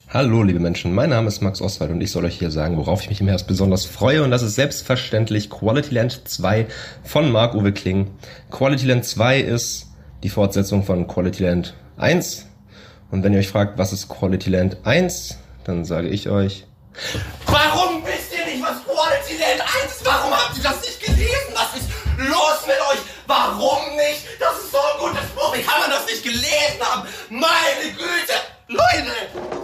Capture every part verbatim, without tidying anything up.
Hallo liebe Menschen, mein Name ist Max Oswald und ich soll euch hier sagen, worauf ich mich im Herbst besonders freue, und das ist selbstverständlich Quality Land zwei von Marc-Uwe Kling. Quality Land zwei ist die Fortsetzung von Quality Land eins, und wenn ihr euch fragt, was ist Quality Land eins, dann sage ich euch: Warum wisst ihr nicht, was Quality Land eins ist? Warum habt ihr das nicht gelesen? Was ist los mit euch? Warum nicht? Das ist so ein gutes Buch, wie kann man das nicht gelesen haben? Meine Güte, Leute!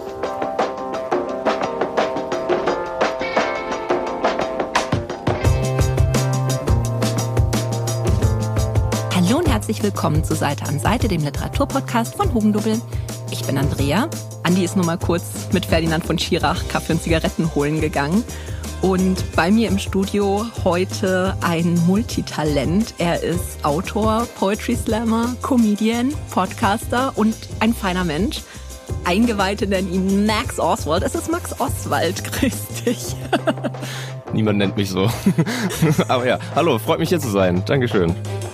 Hallo und herzlich willkommen zu Seite an Seite, dem Literaturpodcast von Hugendubbel. Ich bin Andrea. Andi ist nur mal kurz mit Ferdinand von Schirach Kaffee und Zigaretten holen gegangen. Und bei mir im Studio heute ein Multitalent. Er ist Autor, Poetry Slammer, Comedian, Podcaster und ein feiner Mensch. Eingeweihte nennen ihn Max Oswald. Es ist Max Oswald. Grüß dich. Niemand nennt mich so. Aber ja, hallo, freut mich hier zu sein. Dankeschön.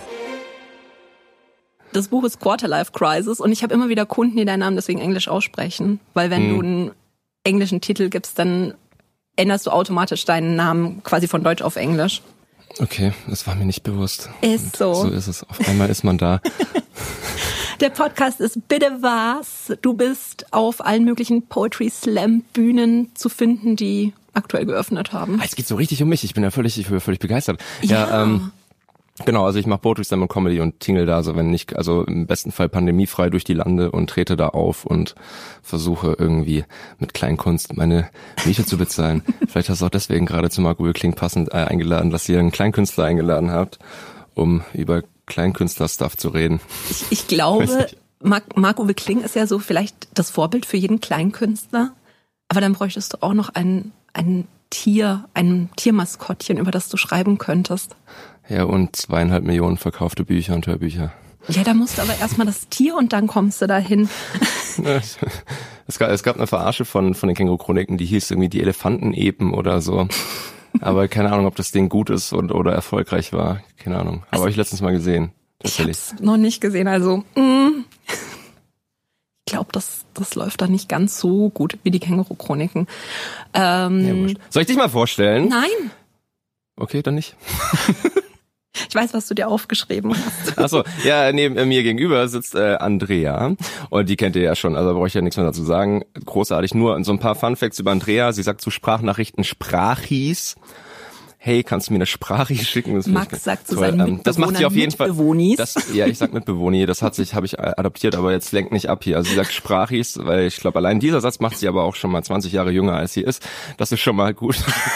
Das Buch ist Quarterlife Crisis und ich habe immer wieder Kunden, die deinen Namen deswegen Englisch aussprechen. Weil wenn hm. du einen englischen Titel gibst, dann änderst du automatisch deinen Namen quasi von Deutsch auf Englisch. Okay, das war mir nicht bewusst. Ist und so. So ist es. Auf einmal ist man da. Der Podcast ist Bitte was. Du bist auf allen möglichen Poetry Slam Bühnen zu finden, die aktuell geöffnet haben. Ah, es geht so richtig um mich. Ich bin ja völlig, ich bin völlig begeistert. Ja. ja ähm, Genau, also ich mache Poetry Slam und Comedy und tingle da, so wenn nicht, also im besten Fall pandemiefrei durch die Lande und trete da auf und versuche irgendwie mit Kleinkunst meine Miete zu bezahlen. Vielleicht hast du auch deswegen gerade zu Marc-Uwe Kling passend äh, eingeladen, dass ihr einen Kleinkünstler eingeladen habt, um über Kleinkünstler-Stuff zu reden. Ich, ich glaube, Marc- Marc-Uwe Kling ist ja so vielleicht das Vorbild für jeden Kleinkünstler, aber dann bräuchtest du auch noch ein, ein Tier, ein Tiermaskottchen, über das du schreiben könntest. Ja, und zweieinhalb Millionen verkaufte Bücher und Hörbücher. Ja, da musst du aber erstmal das Tier und dann kommst du dahin. Es gab, es gab eine Verarsche von, von den Känguru-Chroniken, die hieß irgendwie die Elefanten-Epen oder so. Aber keine Ahnung, ob das Ding gut ist und, oder erfolgreich war. Keine Ahnung. Aber also, habe ich letztens mal gesehen. Ich hab's noch nicht gesehen, also mm. Ich glaube, das, das läuft da nicht ganz so gut wie die Känguru-Chroniken. Ähm, ja, soll ich dich mal vorstellen? Nein. Okay, dann nicht. Ich weiß, was du dir aufgeschrieben hast. Ach so, ja, neben mir gegenüber sitzt äh, Andrea, und die kennt ihr ja schon, also da brauche ich ja nichts mehr dazu sagen. Großartig, nur so ein paar Funfacts über Andrea. Sie sagt zu Sprachnachrichten Sprachis. Hey, kannst du mir eine Sprachis schicken? Das Max sagt zu seinen Mitbewohnern, das macht sie auf jeden Fall. Mitbewohnis. Das, ja, ich sag Mitbewohni, das hat sich, habe ich adaptiert, aber jetzt lenkt nicht ab hier. Also sie sagt Sprachis, weil ich glaube, allein dieser Satz macht sie aber auch schon mal zwanzig Jahre jünger, als sie ist. Das ist schon mal gut.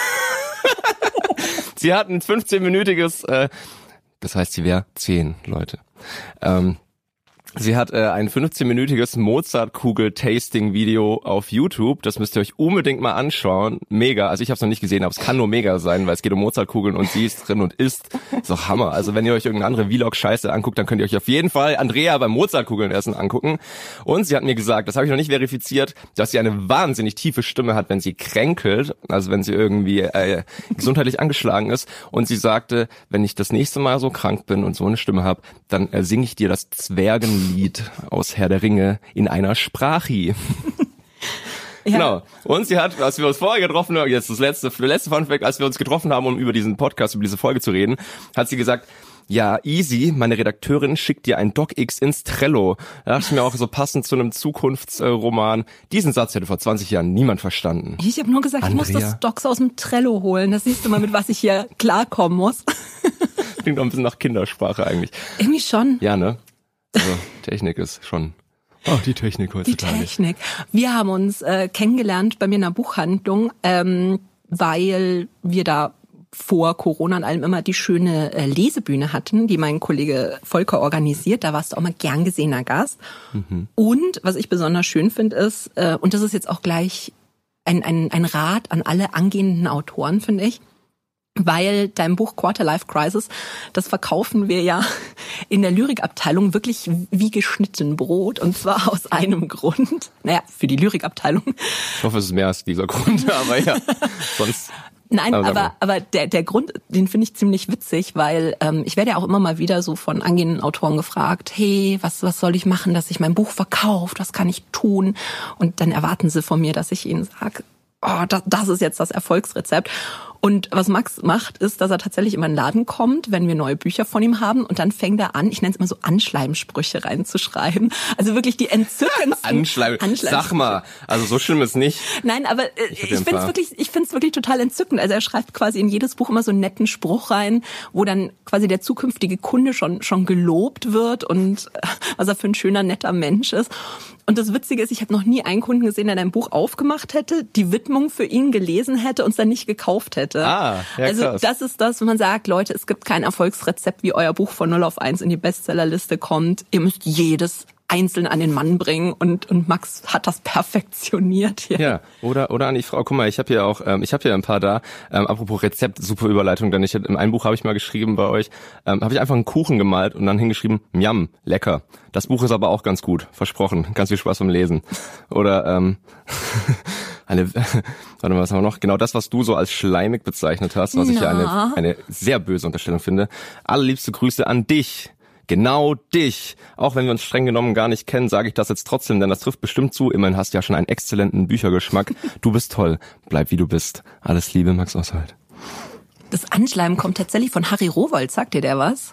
Sie hat ein fünfzehnminütiges, äh, das heißt, sie wäre zehn, Leute. Ähm, sie hat äh, ein fünfzehnminütiges Mozartkugel-Tasting-Video auf YouTube. Das müsst ihr euch unbedingt mal anschauen. Mega. Also ich habe es noch nicht gesehen, aber es kann nur mega sein, weil es geht um Mozartkugeln und sie ist drin und isst. Ist doch Hammer. Also wenn ihr euch irgendeine andere Vlog-Scheiße anguckt, dann könnt ihr euch auf jeden Fall Andrea beim Mozartkugeln essen angucken. Und sie hat mir gesagt, das habe ich noch nicht verifiziert, dass sie eine wahnsinnig tiefe Stimme hat, wenn sie kränkelt, also wenn sie irgendwie äh, gesundheitlich angeschlagen ist. Und sie sagte, wenn ich das nächste Mal so krank bin und so eine Stimme habe, dann äh, singe ich dir das Zwergen Lied aus Herr der Ringe in einer Sprachi. Ja. Genau. Und sie hat, als wir uns vorher getroffen haben, jetzt das letzte, der letzte Funfact, als wir uns getroffen haben, um über diesen Podcast, über diese Folge zu reden, hat sie gesagt, ja, easy, meine Redakteurin schickt dir ein DocX ins Trello. Da dachte ich mir auch, so passend zu einem Zukunftsroman. Diesen Satz hätte vor zwanzig Jahren niemand verstanden. Ich habe nur gesagt, Andrea, ich muss das Docs aus dem Trello holen. Das siehst du mal, mit was ich hier klarkommen muss. Klingt auch ein bisschen nach Kindersprache eigentlich. Irgendwie schon. Ja, ne? Also Technik ist schon... Oh, die Technik heutzutage. Die Technik. Wir haben uns äh, kennengelernt bei mir in einer Buchhandlung, ähm, weil wir da vor Corona und allem immer die schöne äh, Lesebühne hatten, die mein Kollege Volker organisiert. Da warst du auch mal gern gesehener Gast. Mhm. Und was ich besonders schön finde ist, äh, und das ist jetzt auch gleich ein, ein, ein Rat an alle angehenden Autoren, finde ich, weil dein Buch Quarterlife Crisis, das verkaufen wir ja in der Lyrikabteilung wirklich wie geschnitten Brot, und zwar aus einem Grund. Naja, für die Lyrikabteilung. Ich hoffe, es ist mehr als dieser Grund, aber ja, sonst... Nein, aber, aber aber der der Grund, den finde ich ziemlich witzig, weil ähm, ich werde ja auch immer mal wieder so von angehenden Autoren gefragt, hey, was was soll ich machen, dass sich mein Buch verkauft, was kann ich tun? Und dann erwarten sie von mir, dass ich ihnen sage, oh, das, das ist jetzt das Erfolgsrezept. Und was Max macht, ist, dass er tatsächlich immer in den Laden kommt, wenn wir neue Bücher von ihm haben. Und dann fängt er an, ich nenne es immer so Anschleimsprüche reinzuschreiben. Also wirklich die entzückendsten Anschleim. Sag mal, also so schlimm ist nicht. Nein, aber äh, ich, ich finde es wirklich, ich finde es wirklich total entzückend. Also er schreibt quasi in jedes Buch immer so einen netten Spruch rein, wo dann quasi der zukünftige Kunde schon schon gelobt wird und äh, was er für ein schöner, netter Mensch ist. Und das Witzige ist, ich habe noch nie einen Kunden gesehen, der ein Buch aufgemacht hätte, die Widmung für ihn gelesen hätte und es dann nicht gekauft hätte. Ah, ja, also krass. das ist das, wenn man sagt, Leute, es gibt kein Erfolgsrezept, wie euer Buch von null auf eins in die Bestsellerliste kommt. Ihr müsst jedes einzeln an den Mann bringen und und Max hat das perfektioniert hier. Ja, oder oder an die Frau. Guck mal, ich habe hier auch, ähm, ich habe hier ein paar da. Ähm, apropos Rezept, super Überleitung. Denn ich in einem Buch habe ich mal geschrieben bei euch, ähm, habe ich einfach einen Kuchen gemalt und dann hingeschrieben, Miam, lecker. Das Buch ist aber auch ganz gut, versprochen. Ganz viel Spaß beim Lesen. Oder ähm, eine, warte mal, was haben wir noch? Genau das, was du so als schleimig bezeichnet hast, was Na. ich ja eine eine sehr böse Unterstellung finde. Allerliebste Grüße an dich. Genau dich. Auch wenn wir uns streng genommen gar nicht kennen, sage ich das jetzt trotzdem, denn das trifft bestimmt zu. Immerhin hast du ja schon einen exzellenten Büchergeschmack. Du bist toll. Bleib wie du bist. Alles Liebe, Max Oswald. Das Anschleimen kommt tatsächlich von Harry Rowohlt. Sagt dir der was?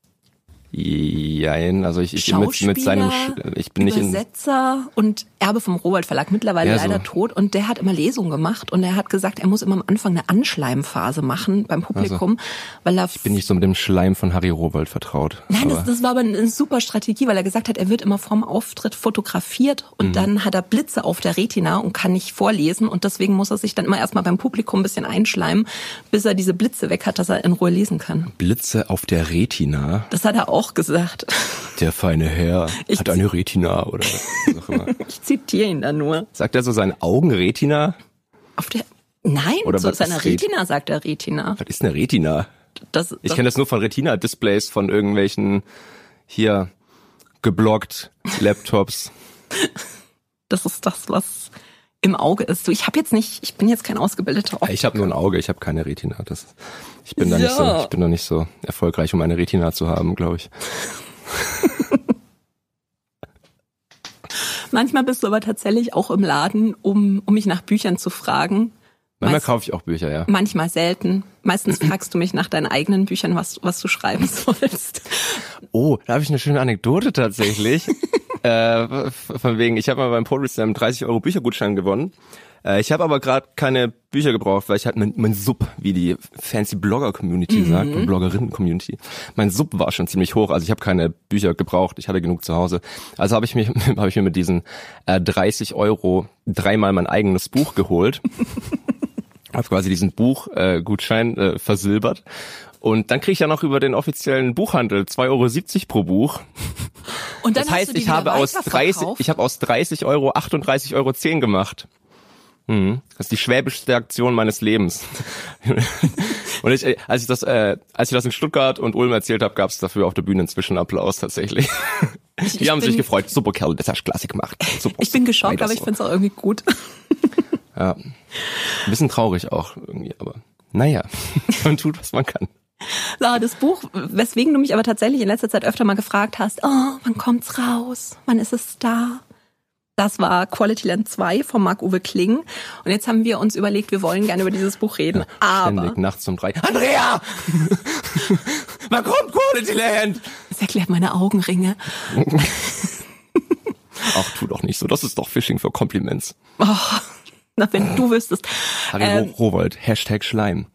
Jein, also ich, ich mit, mit seinem, Sch- ich bin nicht in, Übersetzer und Erbe vom Rowohlt Verlag, mittlerweile Ja, leider so. tot. Und der hat immer Lesungen gemacht und er hat gesagt, er muss immer am Anfang eine Anschleimphase machen beim Publikum, weil er bin ich so mit dem Schleim von Harry Rowohlt vertraut. Nein, Aber das, das war aber eine super Strategie, weil er gesagt hat, er wird immer vorm Auftritt fotografiert und Mhm. dann hat er Blitze auf der Retina und kann nicht vorlesen und deswegen muss er sich dann immer erstmal beim Publikum ein bisschen einschleimen, bis er diese Blitze weg hat, dass er in Ruhe lesen kann. Blitze auf der Retina. Das hat er auch gesagt. Der feine Herr Ich hat eine Retina oder was auch immer. Ich zitiere ihn da nur. Sagt er so seine Augenretina? Auf der Nein, Oder zu was seiner ist Ret- Retina sagt er Retina. Was ist eine Retina? Das, Ich das, kenne das nur von Retina-Displays von irgendwelchen hier geblockt Laptops. das ist das, was im Auge ist. Du, ich habe jetzt nicht, ich bin jetzt kein ausgebildeter Optiker. Ich habe nur ein Auge, ich habe keine Retina. Das, ich bin da nicht so, So. ich bin da nicht so erfolgreich, um eine Retina zu haben, glaube ich. Manchmal bist du aber tatsächlich auch im Laden, um, um mich nach Büchern zu fragen. Manchmal Meist- kaufe ich auch Bücher, ja. Manchmal selten. Meistens fragst du mich nach deinen eigenen Büchern, was, was du schreiben sollst. Oh, da habe ich eine schöne Anekdote tatsächlich. äh, von wegen, ich habe mal beim Poetry Slam dreißig Euro Büchergutschein gewonnen. Äh, ich habe aber gerade keine Bücher gebraucht, weil ich halt mein, mein Sub, wie die fancy Blogger-Community Mhm. sagt, und Bloggerinnen-Community, mein Sub war schon ziemlich hoch. Also ich habe keine Bücher gebraucht, ich hatte genug zu Hause. Also habe ich, mich, hab ich mir mit diesen äh, dreißig Euro dreimal mein eigenes Buch geholt. Habe quasi diesen Buchgutschein äh, Gutschein, äh, versilbert. Und dann kriege ich ja noch über den offiziellen Buchhandel zwei Euro siebzig pro Buch. Und dann Das hast heißt, du die ich wieder habe aus dreißig, weiterverkauft. ich habe aus dreißig Euro achtunddreißig Euro zehn gemacht. Mhm. Das ist die schwäbischste Aktion meines Lebens. Und ich, äh, als ich das, äh, als ich das in Stuttgart und Ulm erzählt habe, gab es dafür auf der Bühne einen Zwischenapplaus tatsächlich. Ich- Die ich haben sich bin- gefreut. Super Kerl, das hast du klasse gemacht. Super. Ich bin geschockt, Weiter aber ich so. finde es auch irgendwie gut. Ja. Ein bisschen traurig auch irgendwie, aber naja, man tut, was man kann. So, das Buch, weswegen du mich aber tatsächlich in letzter Zeit öfter mal gefragt hast, oh, wann kommt's raus? Wann ist es da? Das war Quality Land zwei von Marc-Uwe Kling. Und jetzt haben wir uns überlegt, wir wollen gerne über dieses Buch reden. aber Ständig nachts um drei. Andrea! Wann kommt Quality Land? das erklärt meine Augenringe. Ach, tu doch nicht so. Das ist doch Phishing für Compliments. Oh, na, wenn du wüsstest. Harry Ähm, Ro- Rowohlt, Hashtag Schleim.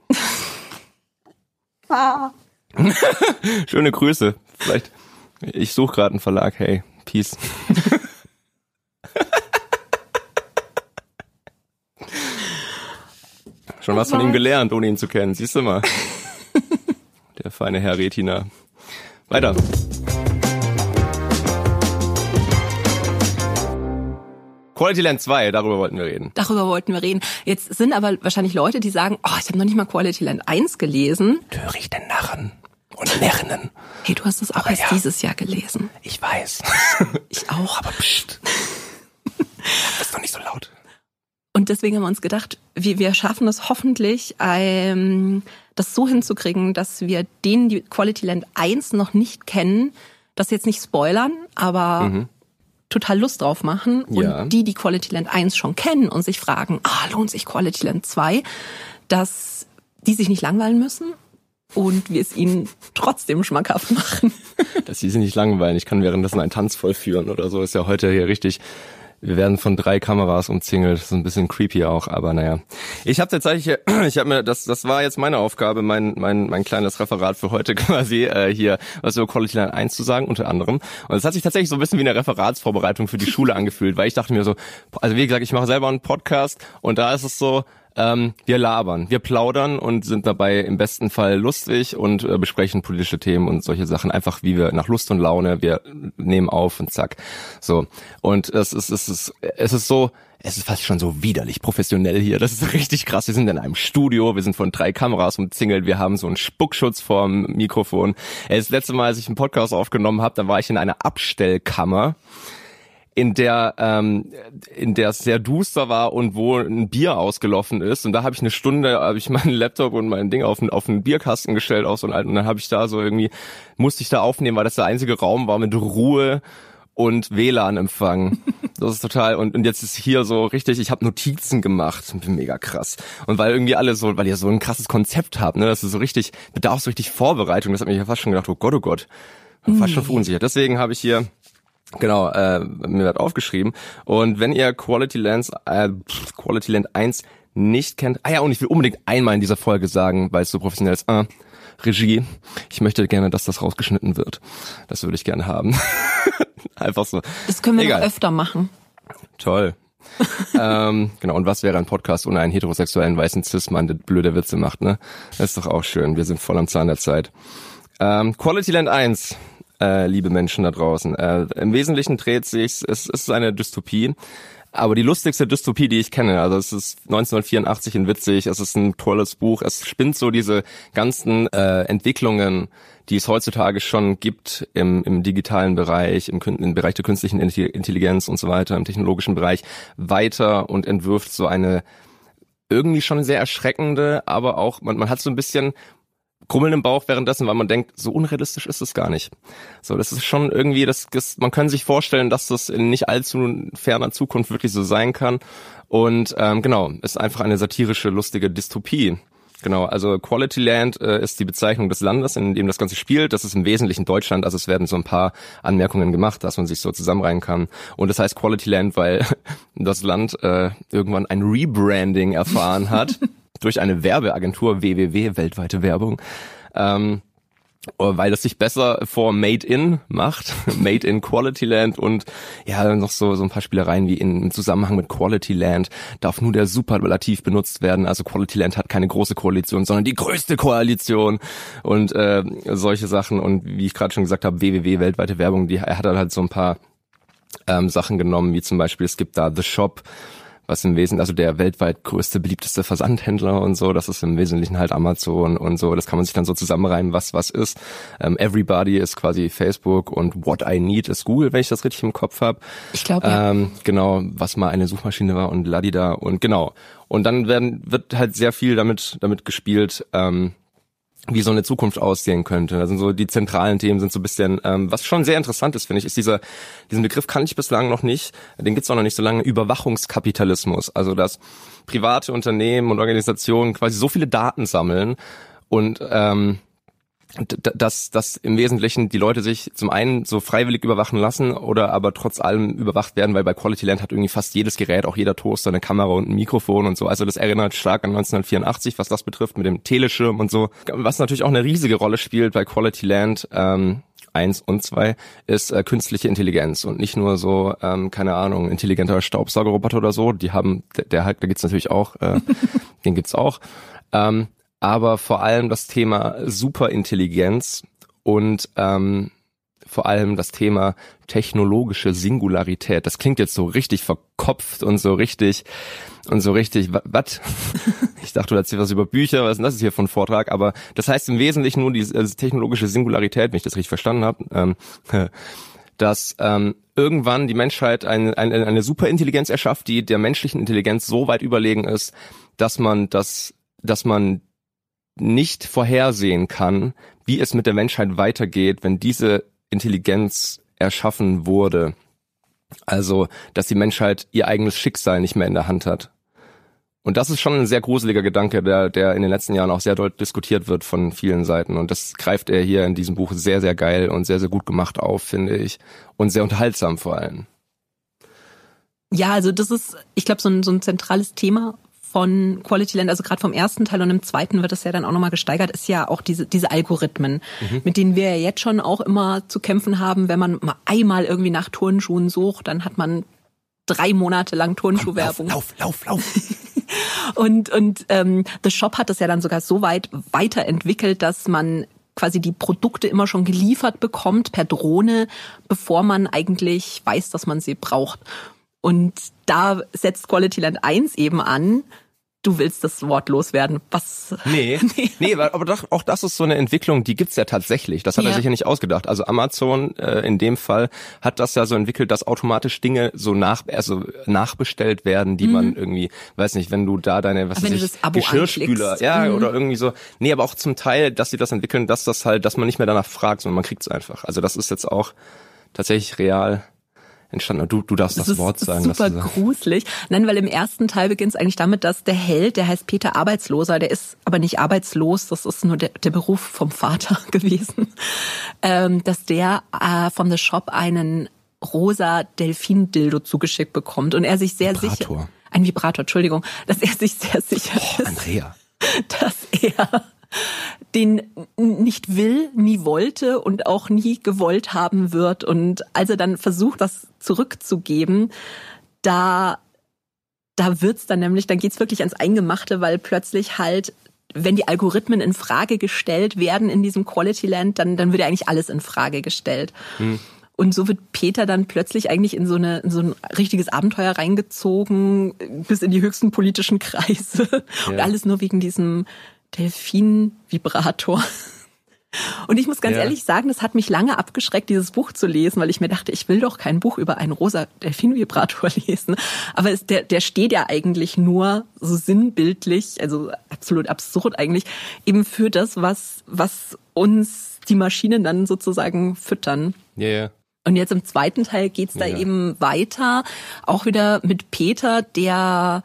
Ah. Schöne Grüße. Vielleicht, ich suche gerade einen Verlag. Hey, peace. Schon was von ihm gelernt, ohne ihn zu kennen. Siehst du mal. Der feine Herr Retina. Weiter. Quality Land zwei, darüber wollten wir reden. Darüber wollten wir reden. Jetzt sind aber wahrscheinlich Leute, die sagen, oh, ich habe noch nicht mal Quality Land eins gelesen. Törichte Narren und Närrinnen. Hey, du hast es auch Aber erst ja. dieses Jahr gelesen. Ich weiß. Ich auch. Aber pst. Das ist doch nicht so laut. Und Und deswegen haben wir uns gedacht, wir, wir schaffen es hoffentlich, ähm, das so hinzukriegen, dass wir denen, die Quality Land eins noch nicht kennen, das jetzt nicht spoilern, aber mhm. total Lust drauf machen. Ja. Und die, die Quality Land eins schon kennen und sich fragen, ah, lohnt sich Quality Land zwei, dass die sich nicht langweilen müssen und wir es ihnen trotzdem schmackhaft machen. Dass sie sich nicht langweilen. Ich kann währenddessen einen Tanz vollführen oder so. Ist ja heute hier richtig. Wir werden von drei Kameras umzingelt. Das ist ein bisschen creepy auch, aber naja. Ich habe tatsächlich, ich habe mir, das das war jetzt meine Aufgabe, mein mein mein kleines Referat für heute quasi, äh, hier was über Quality Land eins zu sagen, unter anderem. Und es hat sich tatsächlich so ein bisschen wie eine Referatsvorbereitung für die Schule angefühlt, weil ich dachte mir so, also wie gesagt, ich mache selber einen Podcast und da ist es so, Ähm, wir labern, wir plaudern und sind dabei im besten Fall lustig und äh, besprechen politische Themen und solche Sachen einfach, wie wir nach Lust und Laune, wir nehmen auf und zack. So. Und es ist, es ist, es ist so, es ist fast schon so widerlich professionell hier. Das ist richtig krass. Wir sind in einem Studio, wir sind von drei Kameras umzingelt, wir haben so einen Spuckschutz vorm Mikrofon. Das letzte Mal, als ich einen Podcast aufgenommen habe, da war ich in einer Abstellkammer, in der ähm, in der es sehr duster war und wo ein Bier ausgelaufen ist, und da habe ich eine Stunde, habe ich meinen Laptop und mein Ding auf einen auf einen Bierkasten gestellt, auf so einen alten, und dann habe ich da so irgendwie, musste ich da aufnehmen, weil das der einzige Raum war mit Ruhe und W L A N-Empfang. Das ist total, und, und jetzt ist hier so richtig, ich habe Notizen gemacht, mega krass. Und weil irgendwie alle so, weil ihr so ein krasses Konzept habt, ne, das ist so richtig, bedarf so richtig Vorbereitung, das hat mich ja fast schon gedacht, oh Gott, oh Gott, fast schon verunsichert. Deswegen habe ich hier Genau, äh, mir wird aufgeschrieben. Und wenn ihr Quality Lands, äh, Quality Land eins nicht kennt, ah ja, und ich will unbedingt einmal in dieser Folge sagen, weil es so professionell ist, äh, Regie, ich möchte gerne, dass das rausgeschnitten wird. Das würde ich gerne haben. Einfach so. Das können wir Egal. noch öfter machen. Toll. ähm, genau, und was wäre ein Podcast ohne einen heterosexuellen weißen Cis-Mann, der blöde Witze macht, ne? Das ist doch auch schön, wir sind voll am Zahn der Zeit. Ähm, Quality Land eins. Äh, liebe Menschen da draußen. Äh, im Wesentlichen dreht sich, es ist eine Dystopie, aber die lustigste Dystopie, die ich kenne. Also es ist neunzehnhundertvierundachtzig in witzig, es ist ein tolles Buch, es spinnt so diese ganzen äh, Entwicklungen, die es heutzutage schon gibt im, im digitalen Bereich, im, im Bereich der künstlichen Intelligenz und so weiter, im technologischen Bereich weiter und entwirft so eine irgendwie schon sehr erschreckende, aber auch, man, man hat so ein bisschen Krummeln im Bauch währenddessen, weil man denkt, so unrealistisch ist es gar nicht. So, das ist schon irgendwie, das, das man kann sich vorstellen, dass das in nicht allzu ferner Zukunft wirklich so sein kann. Und ähm, genau, ist einfach eine satirische, lustige Dystopie. Genau, also Quality Land äh, ist die Bezeichnung des Landes, in dem das Ganze spielt. Das ist im Wesentlichen Deutschland, also es werden so ein paar Anmerkungen gemacht, dass man sich so zusammenreihen kann. Und das heißt Quality Land, weil das Land äh, irgendwann ein Rebranding erfahren hat. Durch eine Werbeagentur, W W W, weltweite Werbung, ähm, weil das sich besser vor Made in macht, Made in Quality Land, und ja, noch so so ein paar Spielereien wie in, im Zusammenhang mit Quality Land darf nur der Superlativ benutzt werden, also Quality Land hat keine große Koalition, sondern die größte Koalition und äh, solche Sachen, und wie ich gerade schon gesagt habe, W W W, weltweite Werbung, die er hat halt so ein paar ähm, Sachen genommen, wie zum Beispiel, es gibt da The Shop, was im Wesentlichen, also der weltweit größte, beliebteste Versandhändler und so, das ist im Wesentlichen halt Amazon und so, das kann man sich dann so zusammenreimen, was was ist. Ähm, Everybody ist quasi Facebook und What I Need ist Google, wenn ich das richtig im Kopf habe. Ich glaube, ja. Ähm, genau, was mal eine Suchmaschine war und ladida und genau. Und dann werden wird halt sehr viel damit damit gespielt, ähm, wie so eine Zukunft aussehen könnte. Also so die zentralen Themen sind so ein bisschen, ähm, was schon sehr interessant ist, finde ich, ist dieser, diesen Begriff kannte ich bislang noch nicht, den gibt's auch noch nicht so lange, Überwachungskapitalismus. Also dass private Unternehmen und Organisationen quasi so viele Daten sammeln und ähm, dass, dass im Wesentlichen die Leute sich zum einen so freiwillig überwachen lassen oder aber trotz allem überwacht werden, weil bei Quality Land hat irgendwie fast jedes Gerät, auch jeder Toaster, eine Kamera und ein Mikrofon und so. Also das erinnert stark an neunzehnhundertvierundachtzig, was das betrifft, mit dem Teleschirm und so. Was natürlich auch eine riesige Rolle spielt bei Quality Land, ähm, eins und zwei, ist äh, künstliche Intelligenz und nicht nur so, ähm, keine Ahnung, intelligenter Staubsaugerroboter oder so. Die haben, der, der halt, da gibt's natürlich auch, äh, den gibt's auch. Ähm, aber vor allem das Thema Superintelligenz und ähm, vor allem das Thema technologische Singularität. Das klingt jetzt so richtig verkopft und so richtig und so richtig, was? Ich dachte, du erzählst was über Bücher, was ist denn das hier für ein Vortrag? Aber das heißt im Wesentlichen nur die also technologische Singularität, wenn ich das richtig verstanden habe, ähm, dass ähm, irgendwann die Menschheit eine, eine, eine Superintelligenz erschafft, die der menschlichen Intelligenz so weit überlegen ist, dass man das, dass man nicht vorhersehen kann, wie es mit der Menschheit weitergeht, wenn diese Intelligenz erschaffen wurde. Also, dass die Menschheit ihr eigenes Schicksal nicht mehr in der Hand hat. Und das ist schon ein sehr gruseliger Gedanke, der, der in den letzten Jahren auch sehr deutlich diskutiert wird von vielen Seiten. Und das greift er hier in diesem Buch sehr, sehr geil und sehr, sehr gut gemacht auf, finde ich. Und sehr unterhaltsam vor allem. Ja, also das ist, ich glaube, so ein, so ein zentrales Thema von Quality Land, also gerade vom ersten Teil und im zweiten wird es ja dann auch nochmal gesteigert, ist ja auch diese diese Algorithmen, mhm. mit denen wir ja jetzt schon auch immer zu kämpfen haben. Wenn man mal einmal irgendwie nach Turnschuhen sucht, dann hat man drei Monate lang Turnschuhwerbung. Lauf, lauf, lauf, lauf. und und ähm, The Shop hat das ja dann sogar so weit weiterentwickelt, dass man quasi die Produkte immer schon geliefert bekommt per Drohne, bevor man eigentlich weiß, dass man sie braucht. Und da setzt Quality Land eins eben an, du willst das Wort loswerden. Was? Nee, nee, nee, aber doch, auch das ist so eine Entwicklung, die gibt's ja tatsächlich. Das hat ja. er sich ja nicht ausgedacht. Also Amazon äh, in dem Fall hat das ja so entwickelt, dass automatisch Dinge so nach, also nachbestellt werden, die mhm. man irgendwie, weiß nicht, wenn du da deine, was weiß ich, Geschirrspüler, ja, mhm. oder irgendwie so. Nee, aber auch zum Teil, dass sie das entwickeln, dass das halt, dass man nicht mehr danach fragt, sondern man kriegt's einfach. Also das ist jetzt auch tatsächlich real entstanden. Du, du darfst das, das Wort sagen. Das ist super gruselig. Nein, weil im ersten Teil beginnt es eigentlich damit, dass der Held, der heißt Peter Arbeitsloser, der ist aber nicht arbeitslos, das ist nur der, der Beruf vom Vater gewesen, ähm, dass der äh, von The Shop einen rosa Delfin-Dildo zugeschickt bekommt und er sich sehr Vibrator. sicher... Ein Vibrator, Entschuldigung. Dass er sich sehr sicher oh, ist, Andrea. dass er den nicht will, nie wollte und auch nie gewollt haben wird. Und als er dann versucht, das zurückzugeben, da, da wird's dann nämlich, dann geht's wirklich ans Eingemachte, weil plötzlich halt, wenn die Algorithmen in Frage gestellt werden in diesem Quality Land, dann, dann wird ja eigentlich alles in Frage gestellt. Hm. Und so wird Peter dann plötzlich eigentlich in so eine in so ein richtiges Abenteuer reingezogen, bis in die höchsten politischen Kreise. Ja. Und alles nur wegen diesem Delfin-Vibrator. Und ich muss ganz ja. ehrlich sagen, das hat mich lange abgeschreckt, dieses Buch zu lesen, weil ich mir dachte, ich will doch kein Buch über einen rosa Delfin-Vibrator lesen. Aber es, der, der steht ja eigentlich nur so sinnbildlich, also absolut absurd eigentlich, eben für das, was, was uns die Maschinen dann sozusagen füttern. Ja, yeah. Und jetzt im zweiten Teil geht's da ja. eben weiter, auch wieder mit Peter, der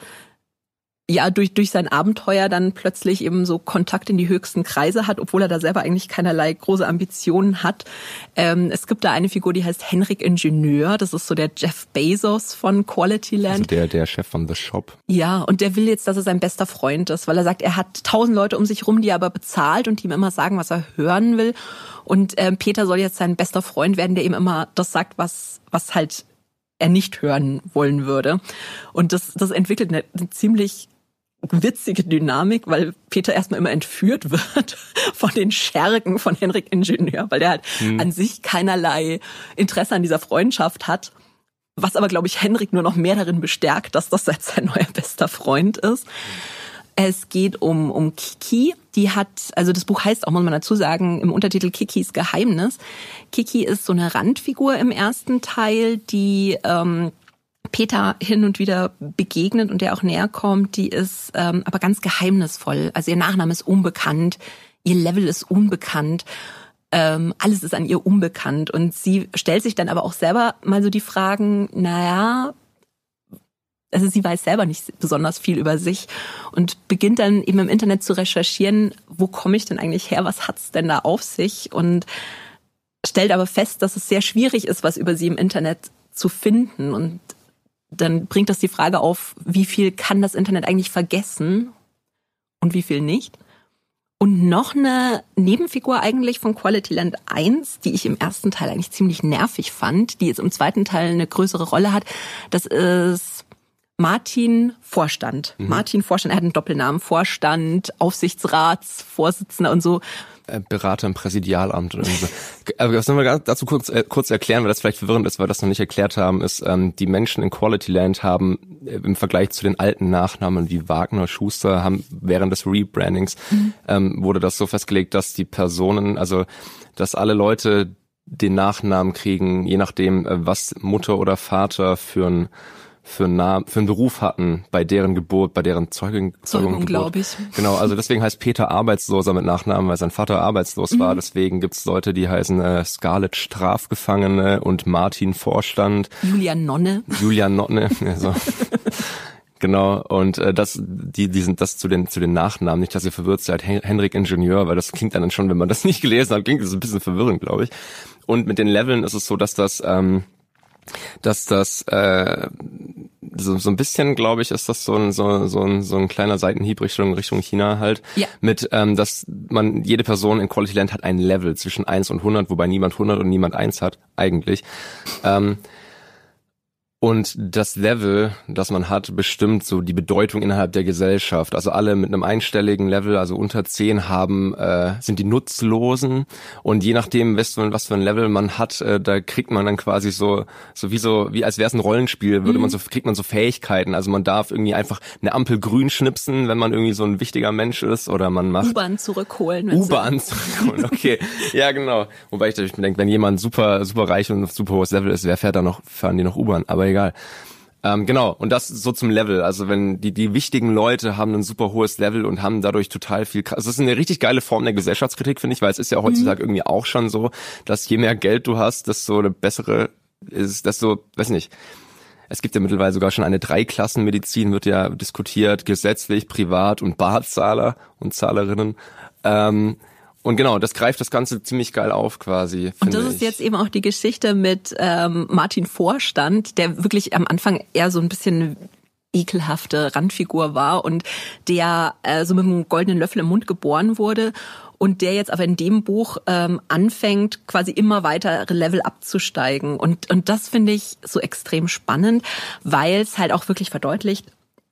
ja durch durch sein Abenteuer dann plötzlich eben so Kontakt in die höchsten Kreise hat, obwohl er da selber eigentlich keinerlei große Ambitionen hat. Ähm, es gibt da eine Figur, die heißt Henrik Ingenieur. Das ist so der Jeff Bezos von Quality Land. Also der der Chef von The Shop. Ja, und der will jetzt, dass er sein bester Freund ist, weil er sagt, er hat tausend Leute um sich rum, die er aber bezahlt und die ihm immer sagen, was er hören will. Und ähm, Peter soll jetzt sein bester Freund werden, der ihm immer das sagt, was was halt er nicht hören wollen würde. Und das das entwickelt eine, eine ziemlich witzige Dynamik, weil Peter erstmal immer entführt wird von den Schergen von Henrik Ingenieur, weil der halt hm. an sich keinerlei Interesse an dieser Freundschaft hat, was aber, glaube ich, Henrik nur noch mehr darin bestärkt, dass das jetzt sein neuer bester Freund ist. Es geht um um Kiki, die hat, also das Buch heißt auch, muss man dazu sagen, im Untertitel Kikis Geheimnis. Kiki ist so eine Randfigur im ersten Teil, die ähm, Peter hin und wieder begegnet und der auch näher kommt, die ist ähm, aber ganz geheimnisvoll. Also ihr Nachname ist unbekannt, ihr Level ist unbekannt, ähm, alles ist an ihr unbekannt. Und sie stellt sich dann aber auch selber mal so die Fragen, naja, also sie weiß selber nicht besonders viel über sich und beginnt dann eben im Internet zu recherchieren, wo komme ich denn eigentlich her, was hat's denn da auf sich? Und stellt aber fest, dass es sehr schwierig ist, was über sie im Internet zu finden. Und dann bringt das die Frage auf, wie viel kann das Internet eigentlich vergessen und wie viel nicht. Und noch eine Nebenfigur eigentlich von Quality Land eins, die ich im ersten Teil eigentlich ziemlich nervig fand, die jetzt im zweiten Teil eine größere Rolle hat, das ist Martin Vorstand. Mhm. Martin Vorstand, er hat einen Doppelnamen, Vorstand, Aufsichtsratsvorsitzender und so. Berater im Präsidialamt oder so. Aber was wir dazu kurz, äh, kurz erklären, weil das vielleicht verwirrend ist, weil wir das noch nicht erklärt haben, ist, ähm, die Menschen in Quality Land haben äh, im Vergleich zu den alten Nachnamen wie Wagner, Schuster, haben während des Rebrandings mhm. ähm, wurde das so festgelegt, dass die Personen, also dass alle Leute, den Nachnamen kriegen, je nachdem, was Mutter oder Vater für ein für einen Namen, für einen Beruf hatten bei deren Geburt, bei deren Zeugung, Zeugung glaube ich. Genau, also deswegen heißt Peter Arbeitsloser mit Nachnamen, weil sein Vater arbeitslos mhm. war. Deswegen gibt's Leute, die heißen äh, Scarlett Strafgefangene und Martin Vorstand. Julian Nonne. Julian Nonne, also. Genau, und äh, das, die, die sind das zu den zu den Nachnamen, nicht, dass ihr verwirrt seid, Hen- Henrik Ingenieur, weil das klingt dann schon, wenn man das nicht gelesen hat, klingt das ein bisschen verwirrend, glaube ich. Und mit den Leveln ist es so, dass das ähm, dass das äh, so, so ein bisschen, glaube ich, ist das so ein so, so ein so ein kleiner Seitenhieb Richtung Richtung China halt. Ja. Mit, ähm, dass man jede Person in Quality Land hat ein Level zwischen eins und hundert, wobei niemand hundert und niemand eins hat eigentlich. Ähm, Und das Level, das man hat, bestimmt so die Bedeutung innerhalb der Gesellschaft. Also alle mit einem einstelligen Level, also unter zehn, haben äh, sind die Nutzlosen. Und je nachdem, was für, was für ein Level man hat, äh, da kriegt man dann quasi so, so wie so wie als wäre es ein Rollenspiel, würde mhm. man so kriegt man so Fähigkeiten. Also man darf irgendwie einfach eine Ampel grün schnipsen, wenn man irgendwie so ein wichtiger Mensch ist, oder man macht U-Bahn zurückholen. U-Bahn zurückholen. Okay, ja genau. Wobei ich, ich mir denke, wenn jemand super super reich und super hohes Level ist, wer fährt da noch? Fahren die noch U-Bahn? Aber egal. Ähm, genau, und das so zum Level. Also wenn die die wichtigen Leute haben ein super hohes Level und haben dadurch total viel. Also das ist eine richtig geile Form der Gesellschaftskritik, finde ich, weil es ist ja heutzutage mhm. irgendwie auch schon so, dass je mehr Geld du hast, desto eine bessere ist, desto, weiß nicht. Es gibt ja mittlerweile sogar schon eine Dreiklassenmedizin, wird ja diskutiert, gesetzlich, privat und Barzahler und Zahlerinnen. Ähm, Und genau, das greift das Ganze ziemlich geil auf quasi. Und das ist ich. jetzt eben auch die Geschichte mit ähm, Martin Vorstand, der wirklich am Anfang eher so ein bisschen ekelhafte Randfigur war und der äh, so mit einem goldenen Löffel im Mund geboren wurde und der jetzt aber in dem Buch ähm, anfängt, quasi immer weiter Level abzusteigen. Und, und das finde ich so extrem spannend, weil es halt auch wirklich verdeutlicht,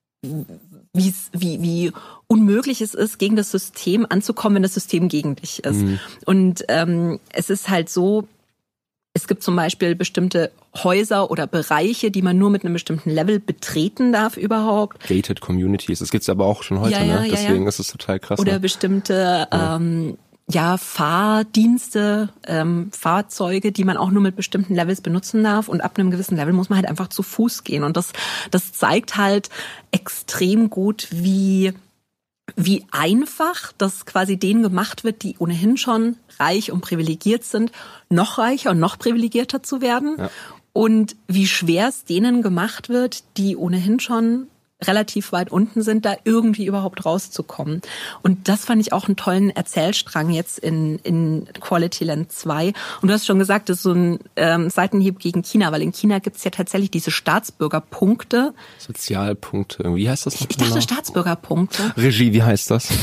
wie wie wie unmöglich es ist, gegen das System anzukommen, wenn das System gegen dich ist. Mhm. Und ähm, es ist halt so, es gibt zum Beispiel bestimmte Häuser oder Bereiche, die man nur mit einem bestimmten Level betreten darf überhaupt. Gated Communities, das gibt's aber auch schon heute, ja, ja, ne? Ja, Deswegen ja. ist es total krass. Oder ne? bestimmte ja. Ähm, ja, Fahrdienste, ähm, Fahrzeuge, die man auch nur mit bestimmten Levels benutzen darf. Und ab einem gewissen Level muss man halt einfach zu Fuß gehen. Und das, das zeigt halt extrem gut, wie, wie einfach das quasi denen gemacht wird, die ohnehin schon reich und privilegiert sind, noch reicher und noch privilegierter zu werden. Ja. Und wie schwer es denen gemacht wird, die ohnehin schon relativ weit unten sind, da irgendwie überhaupt rauszukommen. Und das fand ich auch einen tollen Erzählstrang jetzt in, in Quality Land zwei. Und du hast schon gesagt, das ist so ein ähm, Seitenhieb gegen China, weil in China gibt's ja tatsächlich diese Staatsbürgerpunkte. Sozialpunkte, wie heißt das? Ich dachte genau? Staatsbürgerpunkte. Regie, wie heißt das?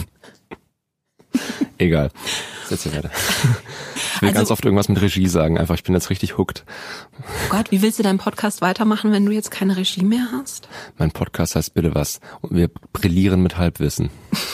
Egal. Setz hier weiter. Ich will also, ganz oft irgendwas mit Regie sagen, einfach, ich bin jetzt richtig hooked. Oh Gott, wie willst du deinen Podcast weitermachen, wenn du jetzt keine Regie mehr hast? Mein Podcast heißt bitte was. Und wir brillieren mit Halbwissen.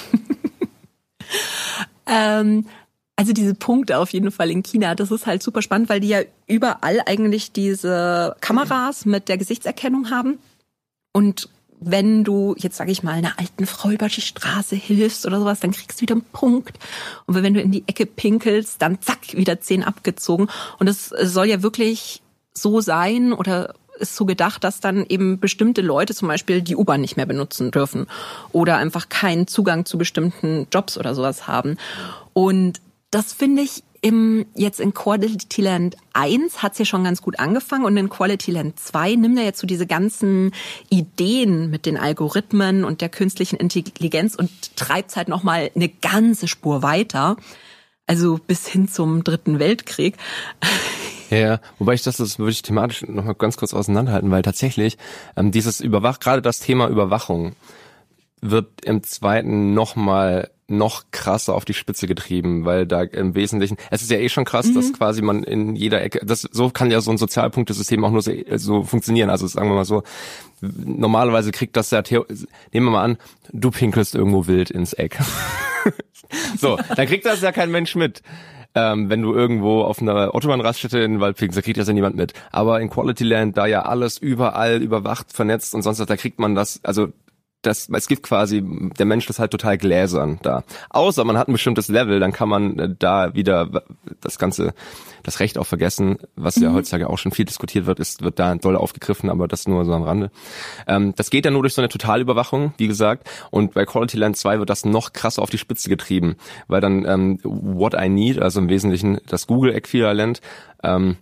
ähm, also diese Punkte auf jeden Fall in China, das ist halt super spannend, weil die ja überall eigentlich diese Kameras mit der Gesichtserkennung haben. Und wenn du, jetzt sage ich mal, einer alten Frau über die Straße hilfst oder sowas, dann kriegst du wieder einen Punkt. Und wenn du in die Ecke pinkelst, dann zack, wieder zehn abgezogen. Und es soll ja wirklich so sein oder ist so gedacht, dass dann eben bestimmte Leute zum Beispiel die U-Bahn nicht mehr benutzen dürfen oder einfach keinen Zugang zu bestimmten Jobs oder sowas haben. Und das finde ich im, jetzt in Quality Land eins hat's ja schon ganz gut angefangen und in Quality Land zwei nimmt er jetzt so diese ganzen Ideen mit den Algorithmen und der künstlichen Intelligenz und treibt's halt nochmal eine ganze Spur weiter. Also bis hin zum Dritten Weltkrieg. Ja, ja, wobei ich das, das würde ich thematisch nochmal ganz kurz auseinanderhalten, weil tatsächlich ähm, dieses Überwach, gerade das Thema Überwachung wird im zweiten nochmal noch krasser auf die Spitze getrieben, weil da im Wesentlichen, es ist ja eh schon krass, mhm. dass quasi man in jeder Ecke, das so kann ja so ein Sozialpunktesystem auch nur so, so funktionieren, also sagen wir mal so, normalerweise kriegt das ja, nehmen wir mal an, du pinkelst irgendwo wild ins Eck. So, dann kriegt das ja kein Mensch mit. Ähm, wenn du irgendwo auf einer Autobahnraststätte in den Wald pinkst, da kriegt das ja niemand mit. Aber in Quality Land, da ja alles überall überwacht, vernetzt und sonst was, da kriegt man das, also das, es gibt quasi, der Mensch ist halt total gläsern da. Außer man hat ein bestimmtes Level, dann kann man da wieder das Ganze, das Recht auch vergessen, was ja mhm. heutzutage auch schon viel diskutiert wird, ist, wird da doll aufgegriffen, aber das nur so am Rande. Ähm, das geht ja nur durch so eine Totalüberwachung, wie gesagt, und bei Quality Land zwei wird das noch krasser auf die Spitze getrieben, weil dann ähm, What I Need, also im Wesentlichen das Google-Äquivalent, ähm,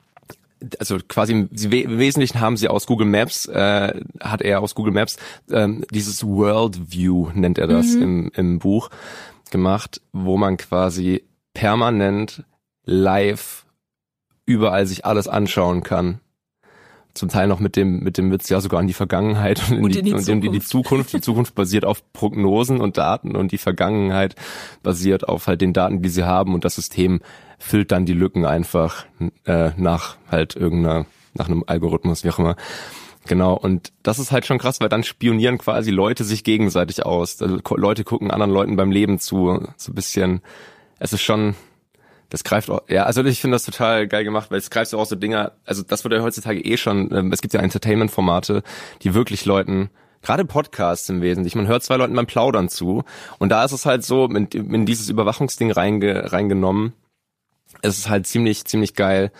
also quasi im Wesentlichen haben sie aus Google Maps, äh, hat er aus Google Maps ähm, dieses World View, nennt er das mhm. im, im Buch, gemacht, wo man quasi permanent live überall sich alles anschauen kann. Zum Teil noch mit dem mit dem Witz ja sogar in die Vergangenheit und in, und die, in die, und in die, die Zukunft. Die Zukunft basiert auf Prognosen und Daten und die Vergangenheit basiert auf halt den Daten, die sie haben, und das System füllt dann die Lücken einfach äh, nach halt irgendeiner, nach einem Algorithmus, wie auch immer. Genau, und das ist halt schon krass, weil dann spionieren quasi Leute sich gegenseitig aus. Also Leute gucken anderen Leuten beim Leben zu, so ein bisschen. Es ist schon, das greift auch, ja, also ich finde das total geil gemacht, weil es greift auch so Dinger, also das wird ja heutzutage eh schon, ähm, es gibt ja Entertainment-Formate, die wirklich Leuten, gerade Podcasts im Wesentlichen, man hört zwei Leuten beim Plaudern zu, und da ist es halt so, in, in dieses Überwachungsding reinge, reingenommen, es ist halt ziemlich, ziemlich geil.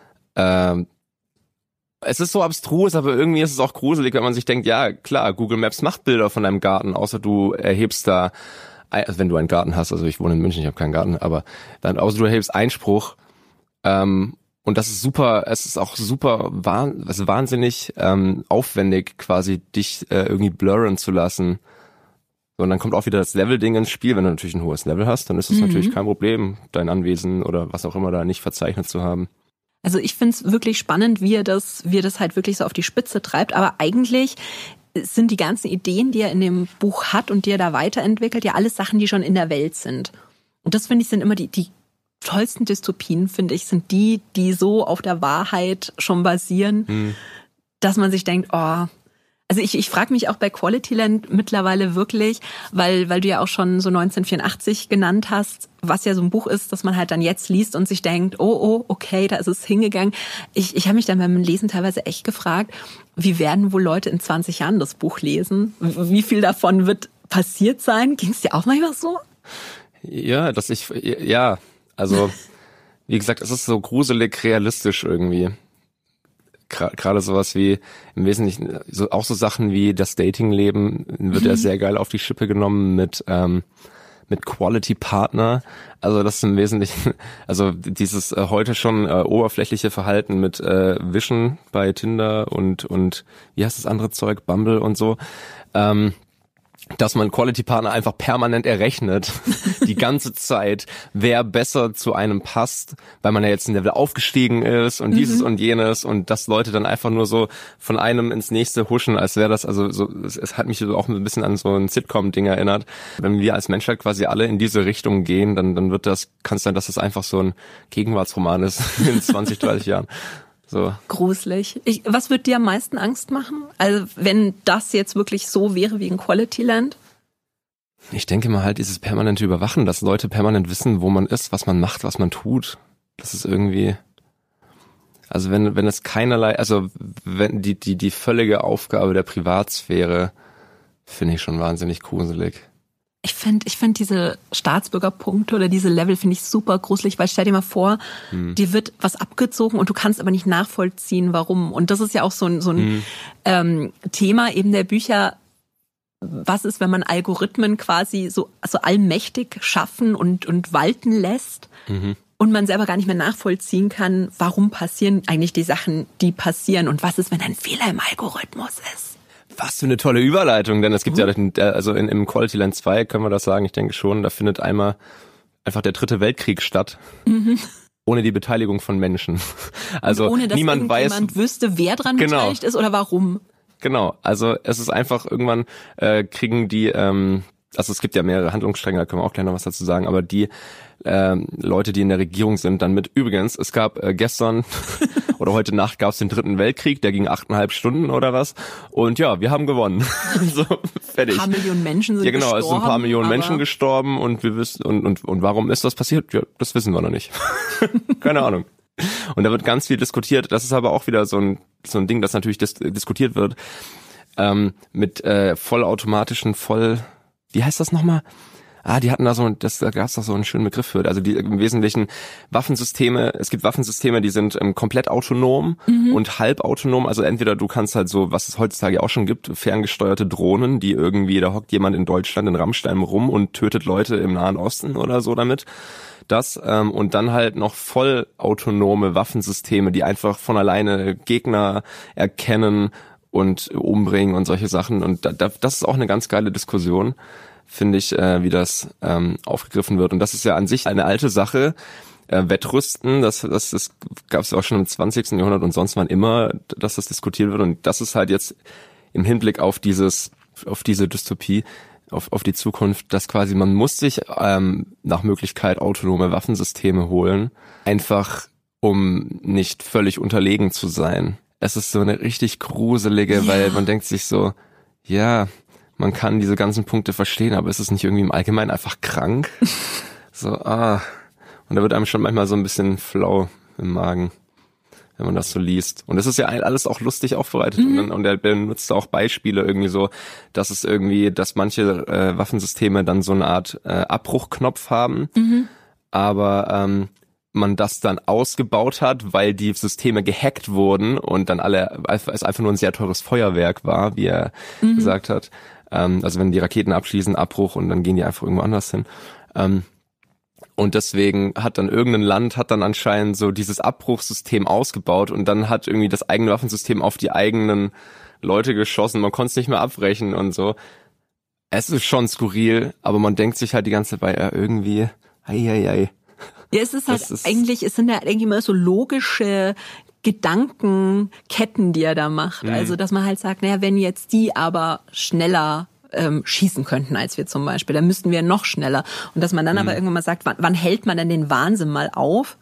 Ähm, es ist so abstrus, aber irgendwie ist es auch gruselig, wenn man sich denkt, ja klar, Google Maps macht Bilder von deinem Garten, außer du erhebst da, also wenn du einen Garten hast, also ich wohne in München, ich habe keinen Garten, aber dann, außer du erhebst Einspruch, ähm, und das ist super, es ist auch super, also wahnsinnig ähm, aufwendig, quasi dich äh, irgendwie blurren zu lassen. Und dann kommt auch wieder das Level-Ding ins Spiel. Wenn du natürlich ein hohes Level hast, dann ist es mhm. natürlich kein Problem, dein Anwesen oder was auch immer da nicht verzeichnet zu haben. Also ich find's wirklich spannend, wie er das, wie er das halt wirklich so auf die Spitze treibt. Aber eigentlich sind die ganzen Ideen, die er in dem Buch hat und die er da weiterentwickelt, ja alles Sachen, die schon in der Welt sind. Und das, finde ich, sind immer die, die tollsten Dystopien, finde ich, sind die, die so auf der Wahrheit schon basieren, mhm. dass man sich denkt, oh, also ich, ich frage mich auch bei Quality Land mittlerweile wirklich, weil, weil du ja auch schon so neunzehnhundertvierundachtzig genannt hast, was ja so ein Buch ist, das man halt dann jetzt liest und sich denkt, oh, oh, okay, da ist es hingegangen. Ich, ich habe mich dann beim Lesen teilweise echt gefragt, wie werden wohl Leute in zwanzig Jahren das Buch lesen? Wie viel davon wird passiert sein? Ging es dir auch manchmal so? Ja, dass ich, ja, also, wie gesagt, es ist so gruselig realistisch irgendwie. Gerade sowas wie im Wesentlichen, so, auch so Sachen wie das Datingleben wird ja sehr geil auf die Schippe genommen mit ähm, mit Quality Partner. Also das ist im Wesentlichen, also dieses äh, heute schon äh, oberflächliche Verhalten mit äh, Wischen bei Tinder und und wie heißt das andere Zeug, Bumble und so. Ähm, dass man Quality-Partner einfach permanent errechnet, die ganze Zeit, wer besser zu einem passt, weil man ja jetzt ein Level aufgestiegen ist und dieses mhm. und jenes, und dass Leute dann einfach nur so von einem ins nächste huschen, als wäre das, also so, es, es hat mich auch ein bisschen an so ein Sitcom-Ding erinnert. Wenn wir als Menschheit quasi alle in diese Richtung gehen, dann dann wird das, kann es sein, dass das einfach so ein Gegenwartsroman ist in zwanzig, dreißig Jahren. So. Gruselig. Ich, was wird dir am meisten Angst machen? Also wenn das jetzt wirklich so wäre wie in Quality Land? Ich denke mal halt dieses permanente Überwachen, dass Leute permanent wissen, wo man ist, was man macht, was man tut. Das ist irgendwie, also wenn wenn es keinerlei, also wenn die die die völlige Aufgabe der Privatsphäre, finde ich schon wahnsinnig gruselig. Ich finde ich finde diese Staatsbürgerpunkte oder diese Level finde ich super gruselig, weil stell dir mal vor, hm. dir wird was abgezogen und du kannst aber nicht nachvollziehen, warum. Und das ist ja auch so ein, so ein hm. ähm, Thema eben der Bücher. Was ist, wenn man Algorithmen quasi so, so allmächtig schaffen und, und walten lässt mhm. und man selber gar nicht mehr nachvollziehen kann, warum passieren eigentlich die Sachen, die passieren, und was ist, wenn ein Fehler im Algorithmus ist? Was für eine tolle Überleitung, denn es gibt mhm. ja, also in, im Quality Land zwei können wir das sagen, ich denke schon, da findet einmal einfach der dritte Weltkrieg statt. Mhm. Ohne die Beteiligung von Menschen. Also und ohne, dass niemand weiß, niemand wüsste, wer dran genau. beteiligt ist oder warum. Genau, also es ist einfach irgendwann äh, kriegen die, ähm, also es gibt ja mehrere Handlungsstränge, da können wir auch gleich noch was dazu sagen, aber die ähm, Leute, die in der Regierung sind, dann mit, übrigens, es gab äh, gestern oder heute Nacht gab es den dritten Weltkrieg, der ging achteinhalb Stunden oder was, und ja, wir haben gewonnen. So, fertig. Ein paar Millionen Menschen sind gestorben. Ja genau, gestorben, es sind ein paar Millionen Menschen gestorben, und wir wissen, und, und, und warum ist das passiert? Ja, das wissen wir noch nicht. Keine Ahnung. Und da wird ganz viel diskutiert. Das ist aber auch wieder so ein so ein Ding, das natürlich dis- diskutiert wird. ähm, mit äh, vollautomatischen, voll, wie heißt das nochmal? Ah, die hatten da so, das, da gab es doch so einen schönen Begriff für. Also die im Wesentlichen Waffensysteme, es gibt Waffensysteme, die sind ähm, komplett autonom mhm. und halbautonom. Also entweder du kannst halt so, was es heutzutage auch schon gibt, ferngesteuerte Drohnen, die irgendwie, da hockt jemand in Deutschland in Rammstein rum und tötet Leute im Nahen Osten oder so damit. Das ähm, und dann halt noch vollautonome Waffensysteme, die einfach von alleine Gegner erkennen und umbringen und solche Sachen. Und da, da, das ist auch eine ganz geile Diskussion, finde ich, äh, wie das ähm, aufgegriffen wird. Und das ist ja an sich eine alte Sache. Äh, Wettrüsten, das, das, das gab es auch schon im zwanzigsten Jahrhundert und sonst wann immer, dass das diskutiert wird. Und das ist halt jetzt im Hinblick auf dieses, auf diese Dystopie, auf, auf die Zukunft, dass quasi man muss sich ähm, nach Möglichkeit autonome Waffensysteme holen, einfach um nicht völlig unterlegen zu sein. Es ist so eine richtig gruselige, ja. weil man denkt sich so, ja, man kann diese ganzen Punkte verstehen, aber ist es nicht irgendwie im Allgemeinen einfach krank? So, ah. Und da wird einem schon manchmal so ein bisschen flau im Magen, wenn man das so liest. Und es ist ja alles auch lustig aufbereitet. Mhm. Und, dann, und er benutzt auch Beispiele irgendwie so, dass es irgendwie, dass manche äh, Waffensysteme dann so eine Art äh, Abbruchknopf haben, mhm. aber ähm, man das dann ausgebaut hat, weil die Systeme gehackt wurden und dann alle, es einfach nur ein sehr teures Feuerwerk war, wie er mhm. gesagt hat. Also wenn die Raketen abschießen, Abbruch und dann gehen die einfach irgendwo anders hin. Und deswegen hat dann irgendein Land hat dann anscheinend so dieses Abbruchsystem ausgebaut und dann hat irgendwie das eigene Waffensystem auf die eigenen Leute geschossen. Man konnte es nicht mehr abbrechen und so. Es ist schon skurril, aber man denkt sich halt die ganze Zeit bei ja, irgendwie, ei, ei, ei. Ja, es ist halt ist eigentlich, es sind ja eigentlich immer so logische Gedankenketten, die er da macht. Mhm. Also, dass man halt sagt, naja, wenn jetzt die aber schneller ähm, schießen könnten als wir zum Beispiel, dann müssten wir noch schneller. Und dass man dann mhm. aber irgendwann mal sagt, wann, wann hält man denn den Wahnsinn mal auf?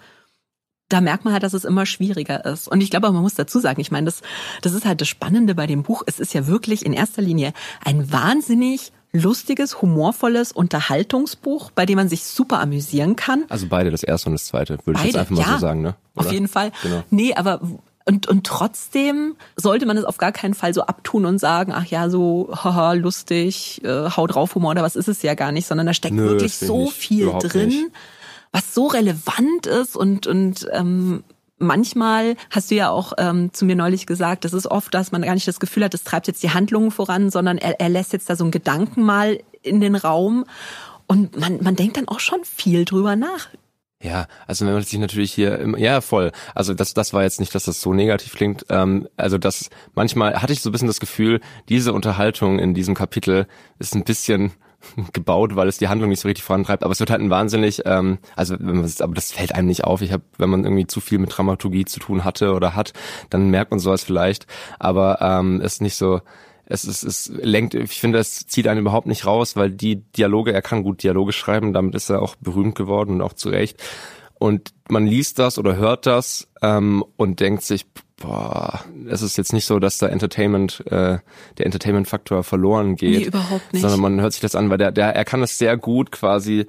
Da merkt man halt, dass es immer schwieriger ist. Und ich glaube, man muss dazu sagen, ich meine, das, das ist halt das Spannende bei dem Buch. Es ist ja wirklich in erster Linie ein wahnsinnig lustiges, humorvolles Unterhaltungsbuch, bei dem man sich super amüsieren kann. Also beide, das erste und das zweite, würde beide, ich jetzt einfach mal ja, so sagen, ne? Oder? Auf jeden Fall. Genau. Nee, aber und und trotzdem sollte man es auf gar keinen Fall so abtun und sagen, ach ja, so haha, lustig, äh, hau drauf Humor oder was ist es ja gar nicht, sondern da steckt Nö, wirklich so viel Überhaupt drin, nicht. Was so relevant ist und und ähm, manchmal hast du ja auch ähm, zu mir neulich gesagt, das ist oft, dass man gar nicht das Gefühl hat, das treibt jetzt die Handlungen voran, sondern er, er lässt jetzt da so einen Gedanken mal in den Raum und man man denkt dann auch schon viel drüber nach. Ja, also wenn man sich natürlich hier, im, ja voll, also das das war jetzt nicht, dass das so negativ klingt, ähm, also das, manchmal hatte ich so ein bisschen das Gefühl, diese Unterhaltung in diesem Kapitel ist ein bisschen gebaut, weil es die Handlung nicht so richtig vorantreibt, aber es wird halt ein wahnsinnig, ähm, also wenn man, aber das fällt einem nicht auf. Ich habe, wenn man irgendwie zu viel mit Dramaturgie zu tun hatte oder hat, dann merkt man sowas vielleicht, aber ähm, es ist nicht so, es ist, es lenkt, ich finde, es zieht einen überhaupt nicht raus, weil die Dialoge, er kann gut Dialoge schreiben, damit ist er auch berühmt geworden und auch zu Recht. Und man liest das oder hört das ähm, und denkt sich, boah, es ist jetzt nicht so, dass der Entertainment, äh, der Entertainment-Faktor verloren geht. Nee, überhaupt nicht. Sondern man hört sich das an, weil der, der, er kann es sehr gut quasi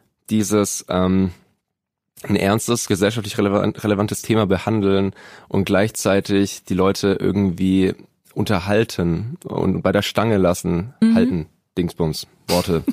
dieses ähm, ein ernstes, gesellschaftlich relevant, relevantes Thema behandeln und gleichzeitig die Leute irgendwie unterhalten und bei der Stange lassen, mhm. halten, Dingsbums, Worte.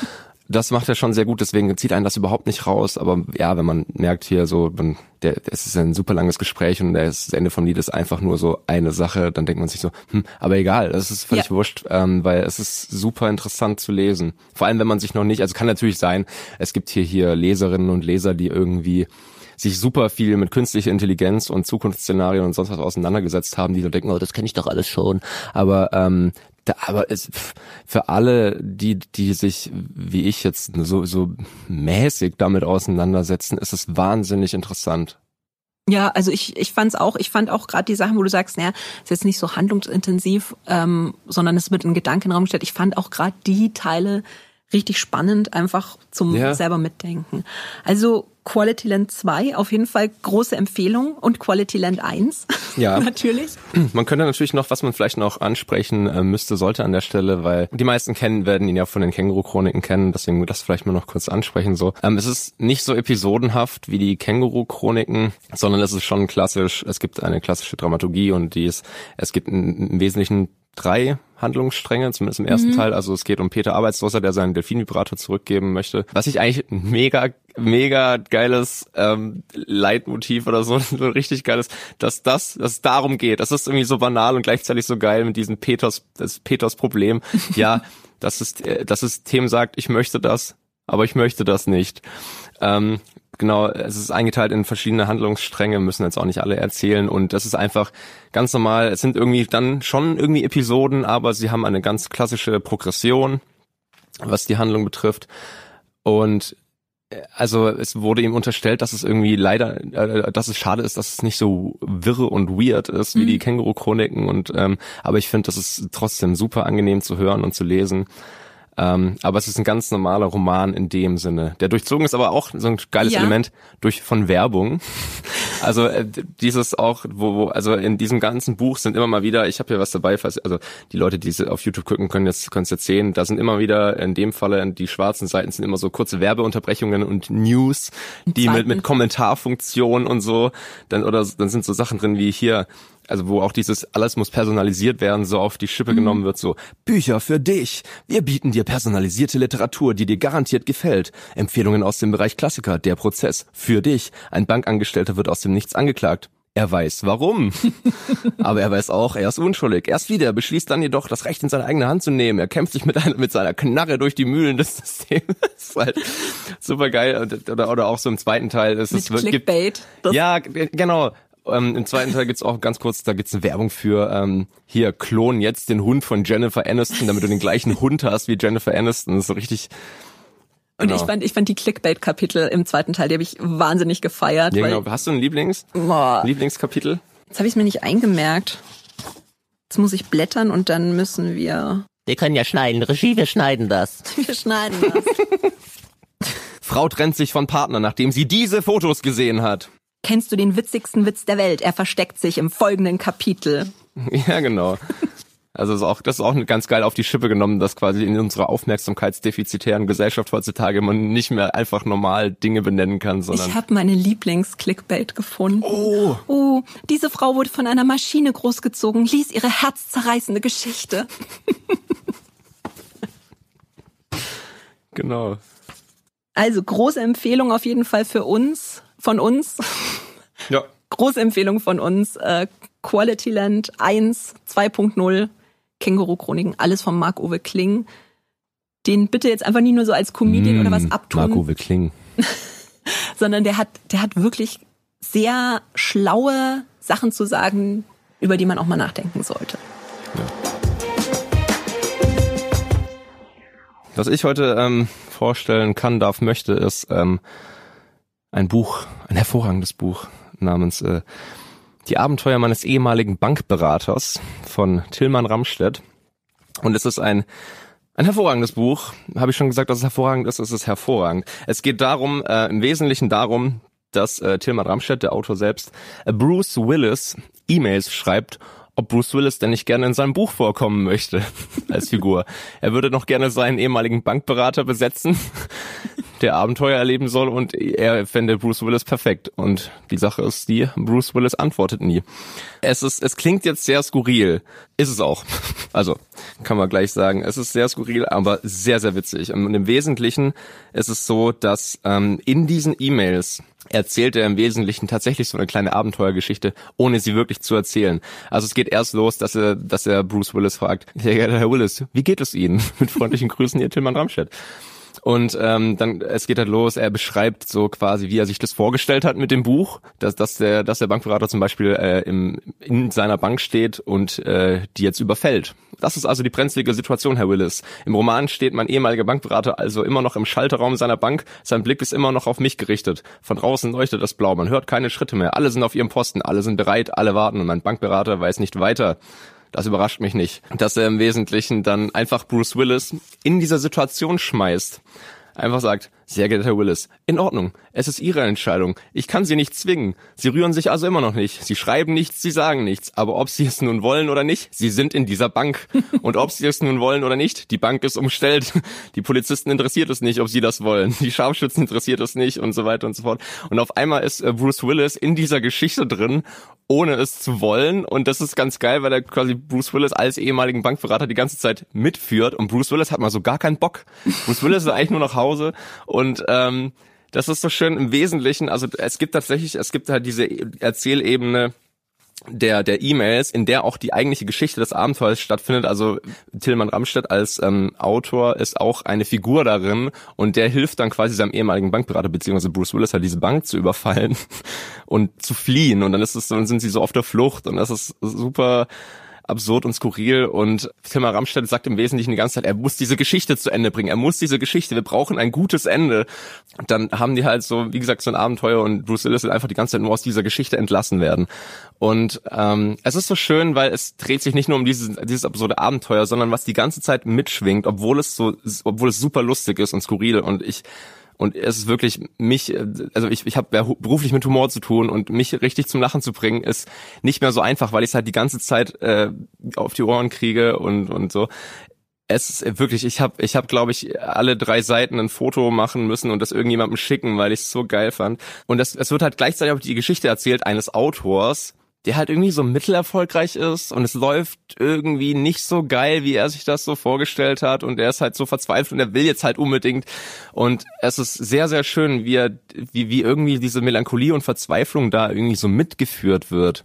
Das macht er schon sehr gut, deswegen zieht einen das überhaupt nicht raus, aber ja, wenn man merkt hier so, man, der, es ist ein super langes Gespräch und das Ende vom Lied ist einfach nur so eine Sache, dann denkt man sich so, hm, aber egal, es ist völlig ja. wurscht, ähm, weil es ist super interessant zu lesen. Vor allem, wenn man sich noch nicht, also kann natürlich sein, es gibt hier hier Leserinnen und Leser, die irgendwie sich super viel mit künstlicher Intelligenz und Zukunftsszenarien und sonst was auseinandergesetzt haben, die da denken, oh, das kenne ich doch alles schon. Aber ähm, da, aber es, für alle, die die sich wie ich jetzt so so mäßig damit auseinandersetzen, ist es wahnsinnig interessant. Ja, also ich ich fand's auch, ich fand auch gerade die Sachen, wo du sagst, naja, ist jetzt nicht so handlungsintensiv, ähm, sondern es wird ein Gedanke in den Raum gestellt. Ich fand auch gerade die Teile richtig spannend, einfach zum ja. selber mitdenken. Also Quality Land zwei, auf jeden Fall große Empfehlung und Quality Land eins, ja. natürlich. Man könnte natürlich noch, was man vielleicht noch ansprechen äh, müsste, sollte an der Stelle, weil die meisten kennen, werden ihn ja von den Känguru-Chroniken kennen, deswegen das vielleicht mal noch kurz ansprechen. So, ähm, es ist nicht so episodenhaft wie die Känguru-Chroniken, sondern es ist schon klassisch, es gibt eine klassische Dramaturgie und die ist, es gibt im Wesentlichen drei Handlungsstränge, zumindest im ersten mhm. Teil. Also es geht um Peter Arbeitsloser, der seinen Delfinvibrator zurückgeben möchte. Was ich eigentlich ein mega, mega geiles ähm, Leitmotiv oder so, so richtig geiles, dass das, dass es darum geht. Das ist irgendwie so banal und gleichzeitig so geil mit diesem Peters, das Peters-Problem. Ja, dass es, dass das System sagt, ich möchte das, aber ich möchte das nicht. Ähm, Genau, es ist eingeteilt in verschiedene Handlungsstränge, müssen jetzt auch nicht alle erzählen und das ist einfach ganz normal. Es sind irgendwie dann schon irgendwie Episoden, aber sie haben eine ganz klassische Progression, was die Handlung betrifft. Und also es wurde ihm unterstellt, dass es irgendwie leider, äh, dass es schade ist, dass es nicht so wirre und weird ist wie mhm. die Känguru-Chroniken und ähm, aber ich finde, das ist trotzdem super angenehm zu hören und zu lesen. Ähm, aber es ist ein ganz normaler Roman in dem Sinne. Der durchzogen ist aber auch so ein geiles ja. Element durch von Werbung. Also äh, dieses auch, wo, wo also in diesem ganzen Buch sind immer mal wieder, ich habe hier was dabei, falls, also die Leute, die auf YouTube gucken, können jetzt können es jetzt sehen, da sind immer wieder in dem Falle die schwarzen Seiten sind immer so kurze Werbeunterbrechungen und News, die mit mit Kommentarfunktion und so, dann oder dann sind so Sachen drin wie hier. Also wo auch dieses alles muss personalisiert werden, so auf die Schippe mhm. genommen wird, so Bücher für dich. Wir bieten dir personalisierte Literatur, die dir garantiert gefällt. Empfehlungen aus dem Bereich Klassiker, der Prozess, für dich. Ein Bankangestellter wird aus dem Nichts angeklagt. Er weiß warum. Aber er weiß auch, er ist unschuldig. Erst wieder beschließt dann jedoch, das Recht in seine eigene Hand zu nehmen. Er kämpft sich mit einer, mit seiner Knarre durch die Mühlen des Systems. Das ist halt super geil. Oder, oder auch so im zweiten Teil ist es mit Clickbait. Gibt, ja, genau. Ähm, Im zweiten Teil gibt's auch ganz kurz, da gibt's eine Werbung für ähm, hier, klon jetzt den Hund von Jennifer Aniston, damit du den gleichen Hund hast wie Jennifer Aniston. Das ist so richtig. Genau. Und ich fand, ich fand die Clickbait-Kapitel im zweiten Teil, die habe ich wahnsinnig gefeiert. Ja, weil, genau. Hast du ein Lieblings boah, Lieblingskapitel? Jetzt habe ich es mir nicht eingemerkt. Jetzt muss ich blättern und dann müssen wir... Wir können ja schneiden. Regie, wir schneiden das. Wir schneiden das. Frau trennt sich von Partner, nachdem sie diese Fotos gesehen hat. Kennst du den witzigsten Witz der Welt? Er versteckt sich im folgenden Kapitel. Ja, genau. Also ist auch, das ist auch ganz geil auf die Schippe genommen, dass quasi in unserer aufmerksamkeitsdefizitären Gesellschaft heutzutage man nicht mehr einfach normal Dinge benennen kann, sondern... Ich habe meine Lieblings-Clickbait gefunden. Oh! Oh, diese Frau wurde von einer Maschine großgezogen, ließ ihre herzzerreißende Geschichte. Genau. Also große Empfehlung auf jeden Fall für uns, von uns. Ja. Große Empfehlung von uns. Äh, Quality Land eins, zwei Punkt null, Känguru-Chroniken, alles von Marc-Uwe Kling. Den bitte jetzt einfach nicht nur so als Comedian mmh, oder was abtun. Marc-Uwe Kling. Sondern der hat, der hat wirklich sehr schlaue Sachen zu sagen, über die man auch mal nachdenken sollte. Ja. Was ich heute ähm, vorstellen kann, darf, möchte, ist ähm, ein Buch, ein hervorragendes Buch namens äh, Die Abenteuer meines ehemaligen Bankberaters von Tilman Ramstedt. Und es ist ein ein hervorragendes Buch. Habe ich schon gesagt, dass es hervorragend ist? Es ist hervorragend. Es geht darum, äh, im Wesentlichen darum, dass äh, Tilman Ramstedt, der Autor selbst, äh, Bruce Willis E-Mails schreibt, ob Bruce Willis denn nicht gerne in seinem Buch vorkommen möchte als Figur. Er würde noch gerne seinen ehemaligen Bankberater besetzen, der Abenteuer erleben soll, und er fände Bruce Willis perfekt. Und die Sache ist die, Bruce Willis antwortet nie. Es ist, es klingt jetzt sehr skurril. Ist es auch. Also, kann man gleich sagen. Es ist sehr skurril, aber sehr, sehr witzig. Und im Wesentlichen ist es so, dass ähm, in diesen E-Mails erzählt er im Wesentlichen tatsächlich so eine kleine Abenteuergeschichte, ohne sie wirklich zu erzählen. Also es geht erst los, dass er, dass er Bruce Willis fragt, Herr Willis, wie geht es Ihnen? Mit freundlichen Grüßen, Ihr Tilman Ramstedt. Und ähm, dann es geht halt los, er beschreibt so quasi, wie er sich das vorgestellt hat mit dem Buch, dass, dass, der, dass der Bankberater zum Beispiel äh, im, in seiner Bank steht und äh, die jetzt überfällt. Das ist also die brenzlige Situation, Herr Willis. Im Roman steht mein ehemaliger Bankberater also immer noch im Schalterraum seiner Bank. Sein Blick ist immer noch auf mich gerichtet. Von draußen leuchtet das Blau, man hört keine Schritte mehr. Alle sind auf ihrem Posten, alle sind bereit, alle warten und mein Bankberater weiß nicht weiter. Das überrascht mich nicht, dass er im Wesentlichen dann einfach Bruce Willis in dieser Situation schmeißt. Einfach sagt, Sehr geehrter Herr Willis, in Ordnung. Es ist Ihre Entscheidung. Ich kann Sie nicht zwingen. Sie rühren sich also immer noch nicht. Sie schreiben nichts, Sie sagen nichts. Aber ob Sie es nun wollen oder nicht, Sie sind in dieser Bank. Und ob Sie es nun wollen oder nicht, die Bank ist umstellt. Die Polizisten interessiert es nicht, ob Sie das wollen. Die Scharfschützen interessiert es nicht und so weiter und so fort. Und auf einmal ist äh, Bruce Willis in dieser Geschichte drin, ohne es zu wollen. Und das ist ganz geil, weil er quasi Bruce Willis als ehemaligen Bankberater die ganze Zeit mitführt. Und Bruce Willis hat mal so gar keinen Bock. Bruce Willis ist eigentlich nur nach Hause. Und ähm, das ist so schön im Wesentlichen. Also es gibt tatsächlich, es gibt halt diese Erzählebene der der E-Mails, in der auch die eigentliche Geschichte des Abenteuers stattfindet. Also Tilman Ramstedt als ähm, Autor ist auch eine Figur darin und der hilft dann quasi seinem ehemaligen Bankberater beziehungsweise Bruce Willis halt diese Bank zu überfallen und zu fliehen. Und dann ist es, dann sind sie so auf der Flucht und das ist super absurd und skurril und Tilman Ramstedt sagt im Wesentlichen die ganze Zeit, er muss diese Geschichte zu Ende bringen, er muss diese Geschichte, wir brauchen ein gutes Ende. Und dann haben die halt so, wie gesagt, so ein Abenteuer und Bruce Willis will einfach die ganze Zeit nur aus dieser Geschichte entlassen werden. Und ähm, es ist so schön, weil es dreht sich nicht nur um dieses, dieses absurde Abenteuer, sondern was die ganze Zeit mitschwingt, obwohl es so, obwohl es super lustig ist und skurril und ich Und es ist wirklich mich, also ich, ich habe ja beruflich mit Humor zu tun und mich richtig zum Lachen zu bringen, ist nicht mehr so einfach, weil ich es halt die ganze Zeit äh, auf die Ohren kriege und und so. Es ist wirklich, ich habe, ich habe, glaube ich, alle drei Seiten ein Foto machen müssen und das irgendjemandem schicken, weil ich es so geil fand. Und es, es wird halt gleichzeitig auch die Geschichte erzählt eines Autors, der halt irgendwie so mittelerfolgreich ist und es läuft irgendwie nicht so geil, wie er sich das so vorgestellt hat und er ist halt so verzweifelt und er will jetzt halt unbedingt und es ist sehr, sehr schön, wie er, wie, wie irgendwie diese Melancholie und Verzweiflung da irgendwie so mitgeführt wird.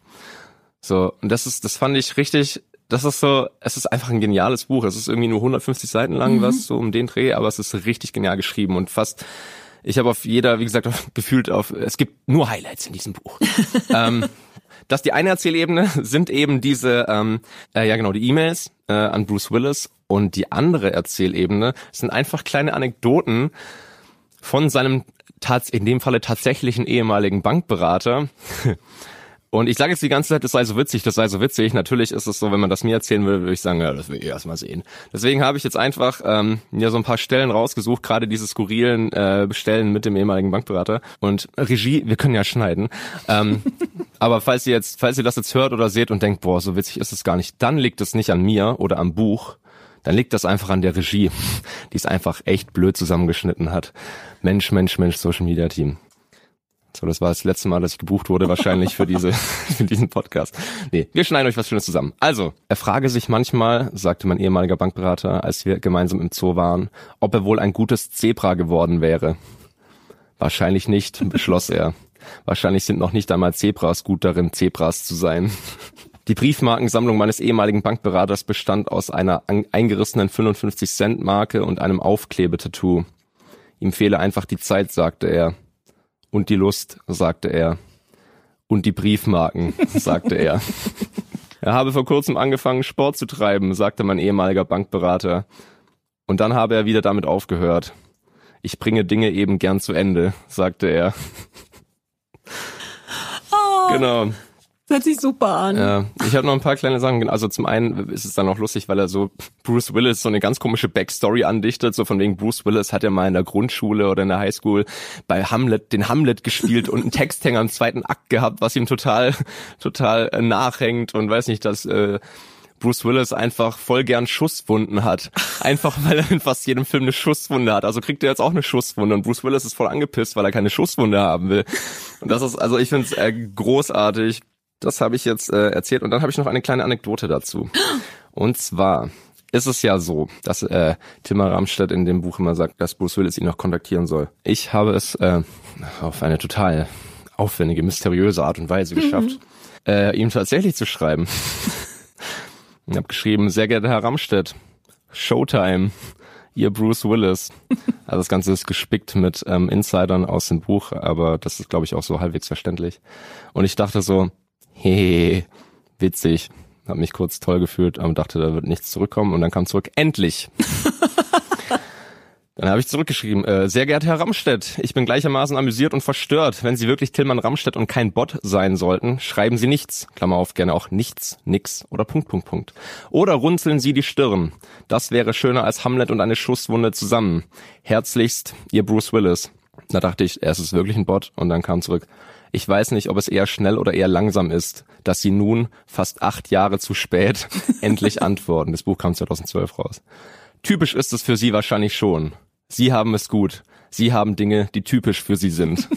So, und das ist, das fand ich richtig, das ist so, es ist einfach ein geniales Buch, es ist irgendwie nur hundertfünfzig Seiten lang, mhm. was so um den Dreh, aber es ist richtig genial geschrieben und fast, ich habe auf jeder, wie gesagt, auf, gefühlt auf, es gibt nur Highlights in diesem Buch. ähm, Das die eine Erzählebene sind eben diese, ähm, äh, ja genau, die E-Mails äh, an Bruce Willis und die andere Erzählebene sind einfach kleine Anekdoten von seinem, tats in dem Falle tatsächlichen ehemaligen Bankberater. Und ich sage jetzt die ganze Zeit, das sei so witzig, das sei so witzig. Natürlich ist es so, wenn man das mir erzählen will, würde ich sagen, ja, das will ich erst mal sehen. Deswegen habe ich jetzt einfach ähm, mir so ein paar Stellen rausgesucht, gerade diese skurrilen äh, Stellen mit dem ehemaligen Bankberater. Und Regie, wir können ja schneiden. Ähm, aber falls ihr jetzt, falls ihr das jetzt hört oder seht und denkt, boah, so witzig ist es gar nicht, dann liegt es nicht an mir oder am Buch. Dann liegt das einfach an der Regie, die es einfach echt blöd zusammengeschnitten hat. Mensch, Mensch, Mensch, Social Media Team. So, das war das letzte Mal, dass ich gebucht wurde, wahrscheinlich für diese, für diesen Podcast. Nee, wir schneiden euch was Schönes zusammen. Also, er frage sich manchmal, sagte mein ehemaliger Bankberater, als wir gemeinsam im Zoo waren, ob er wohl ein gutes Zebra geworden wäre. Wahrscheinlich nicht, beschloss er. Wahrscheinlich sind noch nicht einmal Zebras gut darin, Zebras zu sein. Die Briefmarkensammlung meines ehemaligen Bankberaters bestand aus einer eingerissenen fünfundfünfzig Cent Marke und einem Aufklebetattoo. Ihm fehle einfach die Zeit, sagte er. Und die Lust, sagte er. Und die Briefmarken, sagte er. Er habe vor kurzem angefangen, Sport zu treiben, sagte mein ehemaliger Bankberater. Und dann habe er wieder damit aufgehört. Ich bringe Dinge eben gern zu Ende, sagte er. Oh, genau. Das hört sich super an. Ja, ich habe noch ein paar kleine Sachen. Also zum einen ist es dann auch lustig, weil er so Bruce Willis so eine ganz komische Backstory andichtet, so von wegen Bruce Willis hat ja mal in der Grundschule oder in der Highschool bei Hamlet den Hamlet gespielt und einen Texthänger im zweiten Akt gehabt, was ihm total total äh, nachhängt und weiß nicht, dass äh, Bruce Willis einfach voll gern Schusswunden hat. Einfach, weil er in fast jedem Film eine Schusswunde hat. Also kriegt er jetzt auch eine Schusswunde und Bruce Willis ist voll angepisst, weil er keine Schusswunde haben will. Und das ist, also ich finde es äh, großartig. Das habe ich jetzt äh, erzählt und dann habe ich noch eine kleine Anekdote dazu. Und zwar ist es ja so, dass äh, Tilman Ramstedt in dem Buch immer sagt, dass Bruce Willis ihn noch kontaktieren soll. Ich habe es äh, auf eine total aufwendige, mysteriöse Art und Weise geschafft, mhm. äh, ihm tatsächlich zu schreiben. Ich habe geschrieben, sehr geehrter Herr Ramstedt, Showtime, ihr Bruce Willis. Also das Ganze ist gespickt mit ähm, Insidern aus dem Buch, aber das ist, glaube ich, auch so halbwegs verständlich. Und ich dachte so, hey, witzig. Hab mich kurz toll gefühlt, aber dachte, da wird nichts zurückkommen und dann kam zurück, endlich. Dann habe ich zurückgeschrieben, äh, sehr geehrter Herr Ramstedt, ich bin gleichermaßen amüsiert und verstört. Wenn Sie wirklich Tilman Ramstedt und kein Bot sein sollten, schreiben Sie nichts, Klammer auf, gerne auch nichts, nix oder Punkt, Punkt, Punkt. Oder runzeln Sie die Stirn. Das wäre schöner als Hamlet und eine Schusswunde zusammen. Herzlichst, Ihr Bruce Willis. Da dachte ich, er ist es wirklich ein Bot? Und dann kam zurück, ich weiß nicht, ob es eher schnell oder eher langsam ist, dass Sie nun, fast acht Jahre zu spät, endlich antworten. Das Buch kam zweitausendzwölf raus. Typisch ist es für Sie wahrscheinlich schon. Sie haben es gut. Sie haben Dinge, die typisch für Sie sind.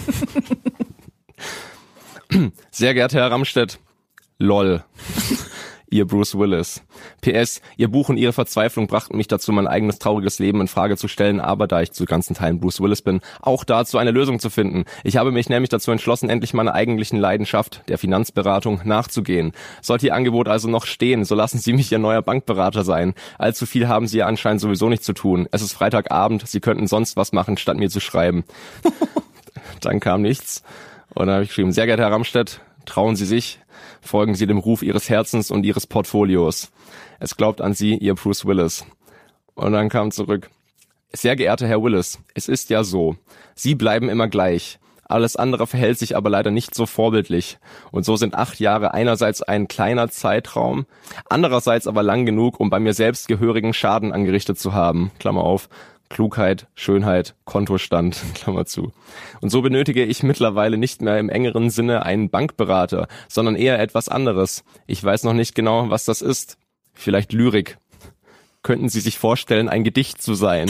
Sehr geehrter Herr Ramstedt, lol. Ihr Bruce Willis. P S. Ihr Buch und Ihre Verzweiflung brachten mich dazu, mein eigenes trauriges Leben in Frage zu stellen, aber da ich zu ganzen Teilen Bruce Willis bin, auch dazu eine Lösung zu finden. Ich habe mich nämlich dazu entschlossen, endlich meiner eigentlichen Leidenschaft, der Finanzberatung, nachzugehen. Sollte Ihr Angebot also noch stehen, so lassen Sie mich Ihr neuer Bankberater sein. Allzu viel haben Sie ja anscheinend sowieso nicht zu tun. Es ist Freitagabend, Sie könnten sonst was machen, statt mir zu schreiben. Dann kam nichts. Und dann habe ich geschrieben, sehr geehrter Herr Ramstedt, trauen Sie sich, folgen Sie dem Ruf Ihres Herzens und Ihres Portfolios. Es glaubt an Sie, Ihr Bruce Willis. Und dann kam zurück, sehr geehrter Herr Willis, es ist ja so, Sie bleiben immer gleich. Alles andere verhält sich aber leider nicht so vorbildlich. Und so sind acht Jahre einerseits ein kleiner Zeitraum, andererseits aber lang genug, um bei mir selbst gehörigen Schaden angerichtet zu haben. Klammer auf. Klugheit, Schönheit, Kontostand, Klammer zu. Und so benötige ich mittlerweile nicht mehr im engeren Sinne einen Bankberater, sondern eher etwas anderes. Ich weiß noch nicht genau, was das ist. Vielleicht Lyrik. Könnten Sie sich vorstellen, ein Gedicht zu sein?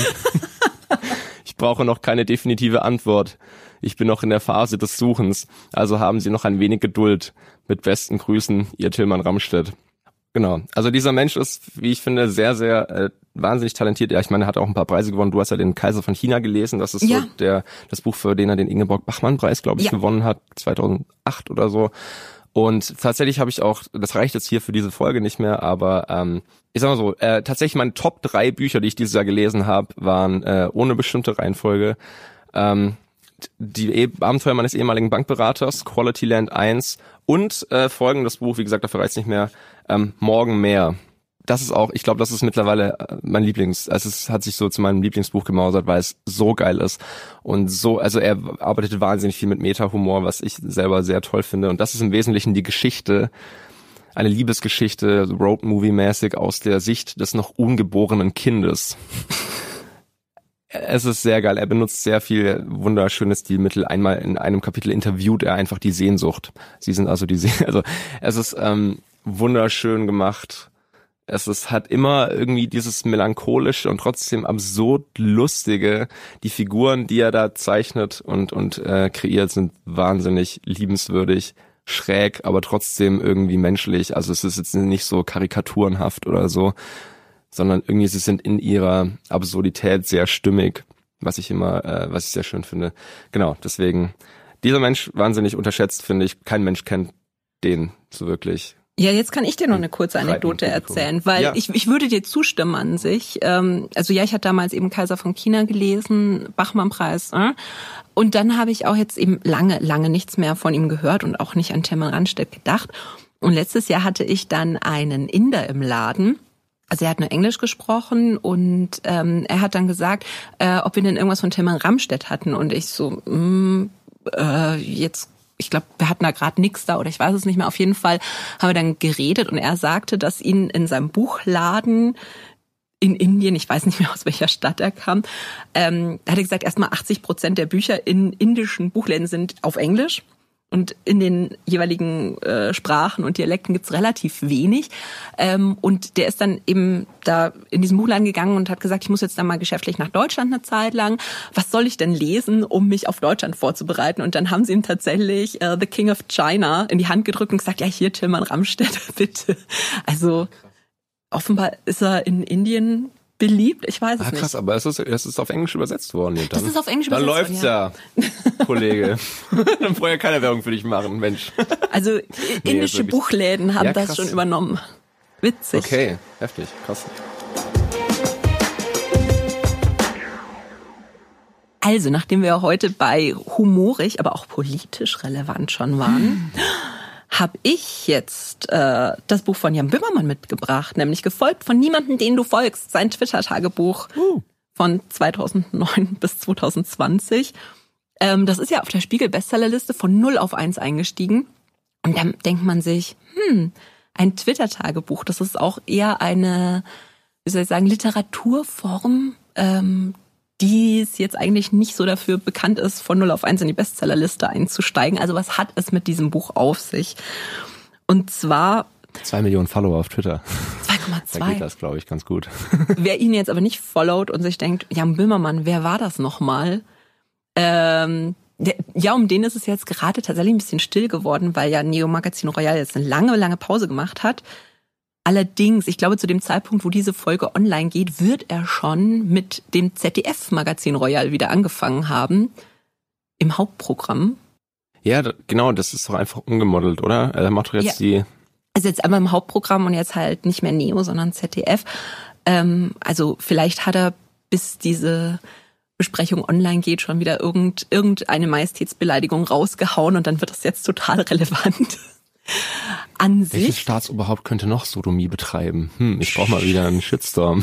Ich brauche noch keine definitive Antwort. Ich bin noch in der Phase des Suchens, also haben Sie noch ein wenig Geduld. Mit besten Grüßen, Ihr Tilman Ramstedt. Genau, also dieser Mensch ist, wie ich finde, sehr, sehr äh, wahnsinnig talentiert. Ja, ich meine, er hat auch ein paar Preise gewonnen. Du hast ja den Kaiser von China gelesen. Das ist ja. so der das Buch, für den er den Ingeborg-Bachmann-Preis, glaube ich, ja. gewonnen hat, zweitausendacht oder so. Und tatsächlich habe ich auch, das reicht jetzt hier für diese Folge nicht mehr, aber ähm, ich sag mal so, äh, tatsächlich meine Top drei Bücher, die ich dieses Jahr gelesen habe, waren äh, ohne bestimmte Reihenfolge ähm, die e- Abenteuer meines ehemaligen Bankberaters, Quality Land eins und äh, folgendes Buch, wie gesagt, dafür reicht's nicht mehr, ähm, Morgen mehr. Das ist auch, ich glaube, das ist mittlerweile mein Lieblings, also es hat sich so zu meinem Lieblingsbuch gemausert, weil es so geil ist und so, also er arbeitet wahnsinnig viel mit Meta-Humor, was ich selber sehr toll finde und das ist im Wesentlichen die Geschichte, eine Liebesgeschichte, Road-Movie-mäßig aus der Sicht des noch ungeborenen Kindes. Es ist sehr geil. Er benutzt sehr viel wunderschöne Stilmittel. Einmal in einem Kapitel interviewt er einfach die Sehnsucht. Sie sind also die Se- also es ist ähm, wunderschön gemacht. Es ist, hat immer irgendwie dieses melancholische und trotzdem absurd lustige. Die Figuren, die er da zeichnet und und äh, kreiert, sind wahnsinnig liebenswürdig, schräg, aber trotzdem irgendwie menschlich. Also es ist jetzt nicht so karikaturenhaft oder so, sondern irgendwie sie sind in ihrer Absurdität sehr stimmig, was ich immer, äh, was ich sehr schön finde. Genau, deswegen, dieser Mensch wahnsinnig unterschätzt, finde ich. Kein Mensch kennt den so wirklich. Ja, jetzt kann ich dir noch eine kurze Anekdote erzählen, weil ja. ich ich würde dir zustimmen an sich. Ähm, also ja, ich hatte damals eben Kaiser von China gelesen, Bachmann-Preis. Äh? Und dann habe ich auch jetzt eben lange, lange nichts mehr von ihm gehört und auch nicht an Tilman Ramstedt gedacht. Und letztes Jahr hatte ich dann einen Inder im Laden. Also er hat nur Englisch gesprochen und ähm, er hat dann gesagt, äh, ob wir denn irgendwas von Tilman Ramstedt hatten. Und ich so, mh, äh, jetzt, ich glaube, wir hatten da gerade nichts da oder ich weiß es nicht mehr. Auf jeden Fall haben wir dann geredet und er sagte, dass ihn in seinem Buchladen in Indien, ich weiß nicht mehr, aus welcher Stadt er kam, ähm, da hat er gesagt, erstmal achtzig Prozent der Bücher in indischen Buchläden sind auf Englisch. Und in den jeweiligen äh, Sprachen und Dialekten gibt's relativ wenig. Ähm, und der ist dann eben da in diesen Buchladen gegangen und hat gesagt, ich muss jetzt dann mal geschäftlich nach Deutschland eine Zeit lang. Was soll ich denn lesen, um mich auf Deutschland vorzubereiten? Und dann haben sie ihm tatsächlich äh, The King of China in die Hand gedrückt und gesagt, ja, hier Tilman Ramstedt, bitte. Also offenbar ist er in Indien beliebt, ich weiß es ah, krass, nicht. Aber es ist, es ist auf Englisch übersetzt worden. Dann, das ist auf Englisch übersetzt worden. Dann läuft's ja, ja Kollege. Dann brauche ich ja keine Werbung für dich machen, Mensch. Also nee, indische Buchläden haben ja, das schon übernommen. Witzig. Okay, heftig, krass. Also, nachdem wir heute bei humorig, aber auch politisch relevant schon waren, habe ich jetzt äh, das Buch von Jan Böhmermann mitgebracht, nämlich gefolgt von Niemandem, den du folgst, sein Twitter-Tagebuch uh. von zweitausendneun bis zweitausendzwanzig. Ähm, das ist ja auf der Spiegel-Bestsellerliste von null auf eins eingestiegen. Und dann denkt man sich, hm, ein Twitter-Tagebuch, das ist auch eher eine, wie soll ich sagen, Literaturform, ähm, die es jetzt eigentlich nicht so dafür bekannt ist, von null auf eins in die Bestsellerliste einzusteigen. Also was hat es mit diesem Buch auf sich? Und zwar Zwei Millionen Follower auf Twitter. zwei Komma zwei. Da geht das, glaube ich, ganz gut. Wer ihn jetzt aber nicht followt und sich denkt, Jan Böhmermann, wer war das nochmal? Ähm, der, ja, um den ist es jetzt gerade tatsächlich ein bisschen still geworden, weil ja Neo Magazin Royal jetzt eine lange, lange Pause gemacht hat. Allerdings, ich glaube, zu dem Zeitpunkt, wo diese Folge online geht, wird er schon mit dem Z D F Magazin Royal wieder angefangen haben. Im Hauptprogramm. Ja, da, genau, das ist doch einfach umgemodelt, oder? Er macht doch jetzt Ja. die... Also jetzt einmal im Hauptprogramm und jetzt halt nicht mehr Neo, sondern Z D F. Ähm, also vielleicht hat er, bis diese Besprechung online geht, schon wieder irgend, irgendeine Majestätsbeleidigung rausgehauen und dann wird das jetzt total relevant. An Welches sich. Staatsoberhaupt könnte noch Sodomie betreiben? Hm, ich brauche mal wieder einen Shitstorm.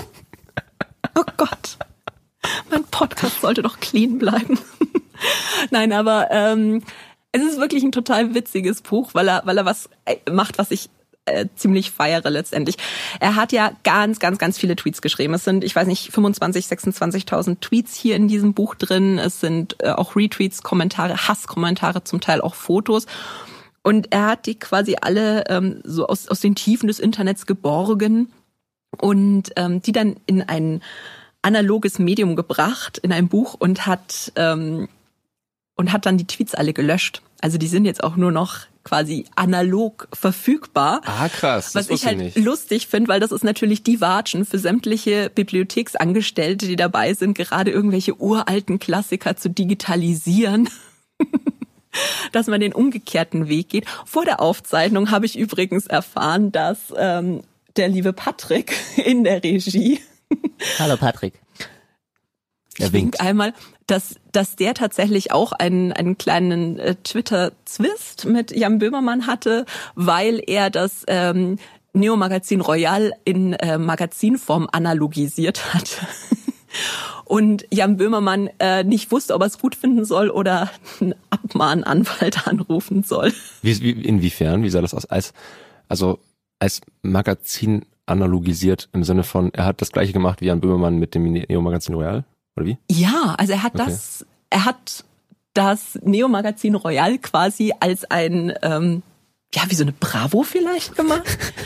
Oh Gott, mein Podcast sollte doch clean bleiben. Nein, aber ähm, es ist wirklich ein total witziges Buch, weil er, weil er was macht, was ich äh, ziemlich feiere letztendlich. Er hat ja ganz, ganz, ganz viele Tweets geschrieben. Es sind, ich weiß nicht, fünfundzwanzig, sechsundzwanzigtausend Tweets hier in diesem Buch drin. Es sind äh, auch Retweets, Kommentare, Hasskommentare, zum Teil auch Fotos. Und er hat die quasi alle ähm, so aus, aus den Tiefen des Internets geborgen und ähm, die dann in ein analoges Medium gebracht, in ein Buch und hat ähm, und hat dann die Tweets alle gelöscht. Also die sind jetzt auch nur noch quasi analog verfügbar. Ah, krass. Das Was ich halt nicht. lustig finde, weil das ist natürlich die Watschen für sämtliche Bibliotheksangestellte, die dabei sind, gerade irgendwelche uralten Klassiker zu digitalisieren. Dass man den umgekehrten Weg geht. Vor der Aufzeichnung habe ich übrigens erfahren, dass ähm, der liebe Patrick in der Regie, Hallo Patrick. Er ich winkt. wink einmal, dass dass der tatsächlich auch einen einen kleinen äh, Twitter-Zwist mit Jan Böhmermann hatte, weil er das ähm, Neo Magazin Royal in äh, Magazinform analogisiert hat. Und Jan Böhmermann äh, nicht wusste, ob er es gut finden soll oder einen Abmahnanwalt anrufen soll. Wie, wie, inwiefern? Wie sah das aus? Als, also als Magazin analogisiert im Sinne von, er hat das gleiche gemacht wie Jan Böhmermann mit dem Neo Magazin Royal? Oder wie? Ja, also er hat Okay. das, er hat das Neo Magazin Royal quasi als ein, ähm, ja, wie so eine Bravo vielleicht gemacht.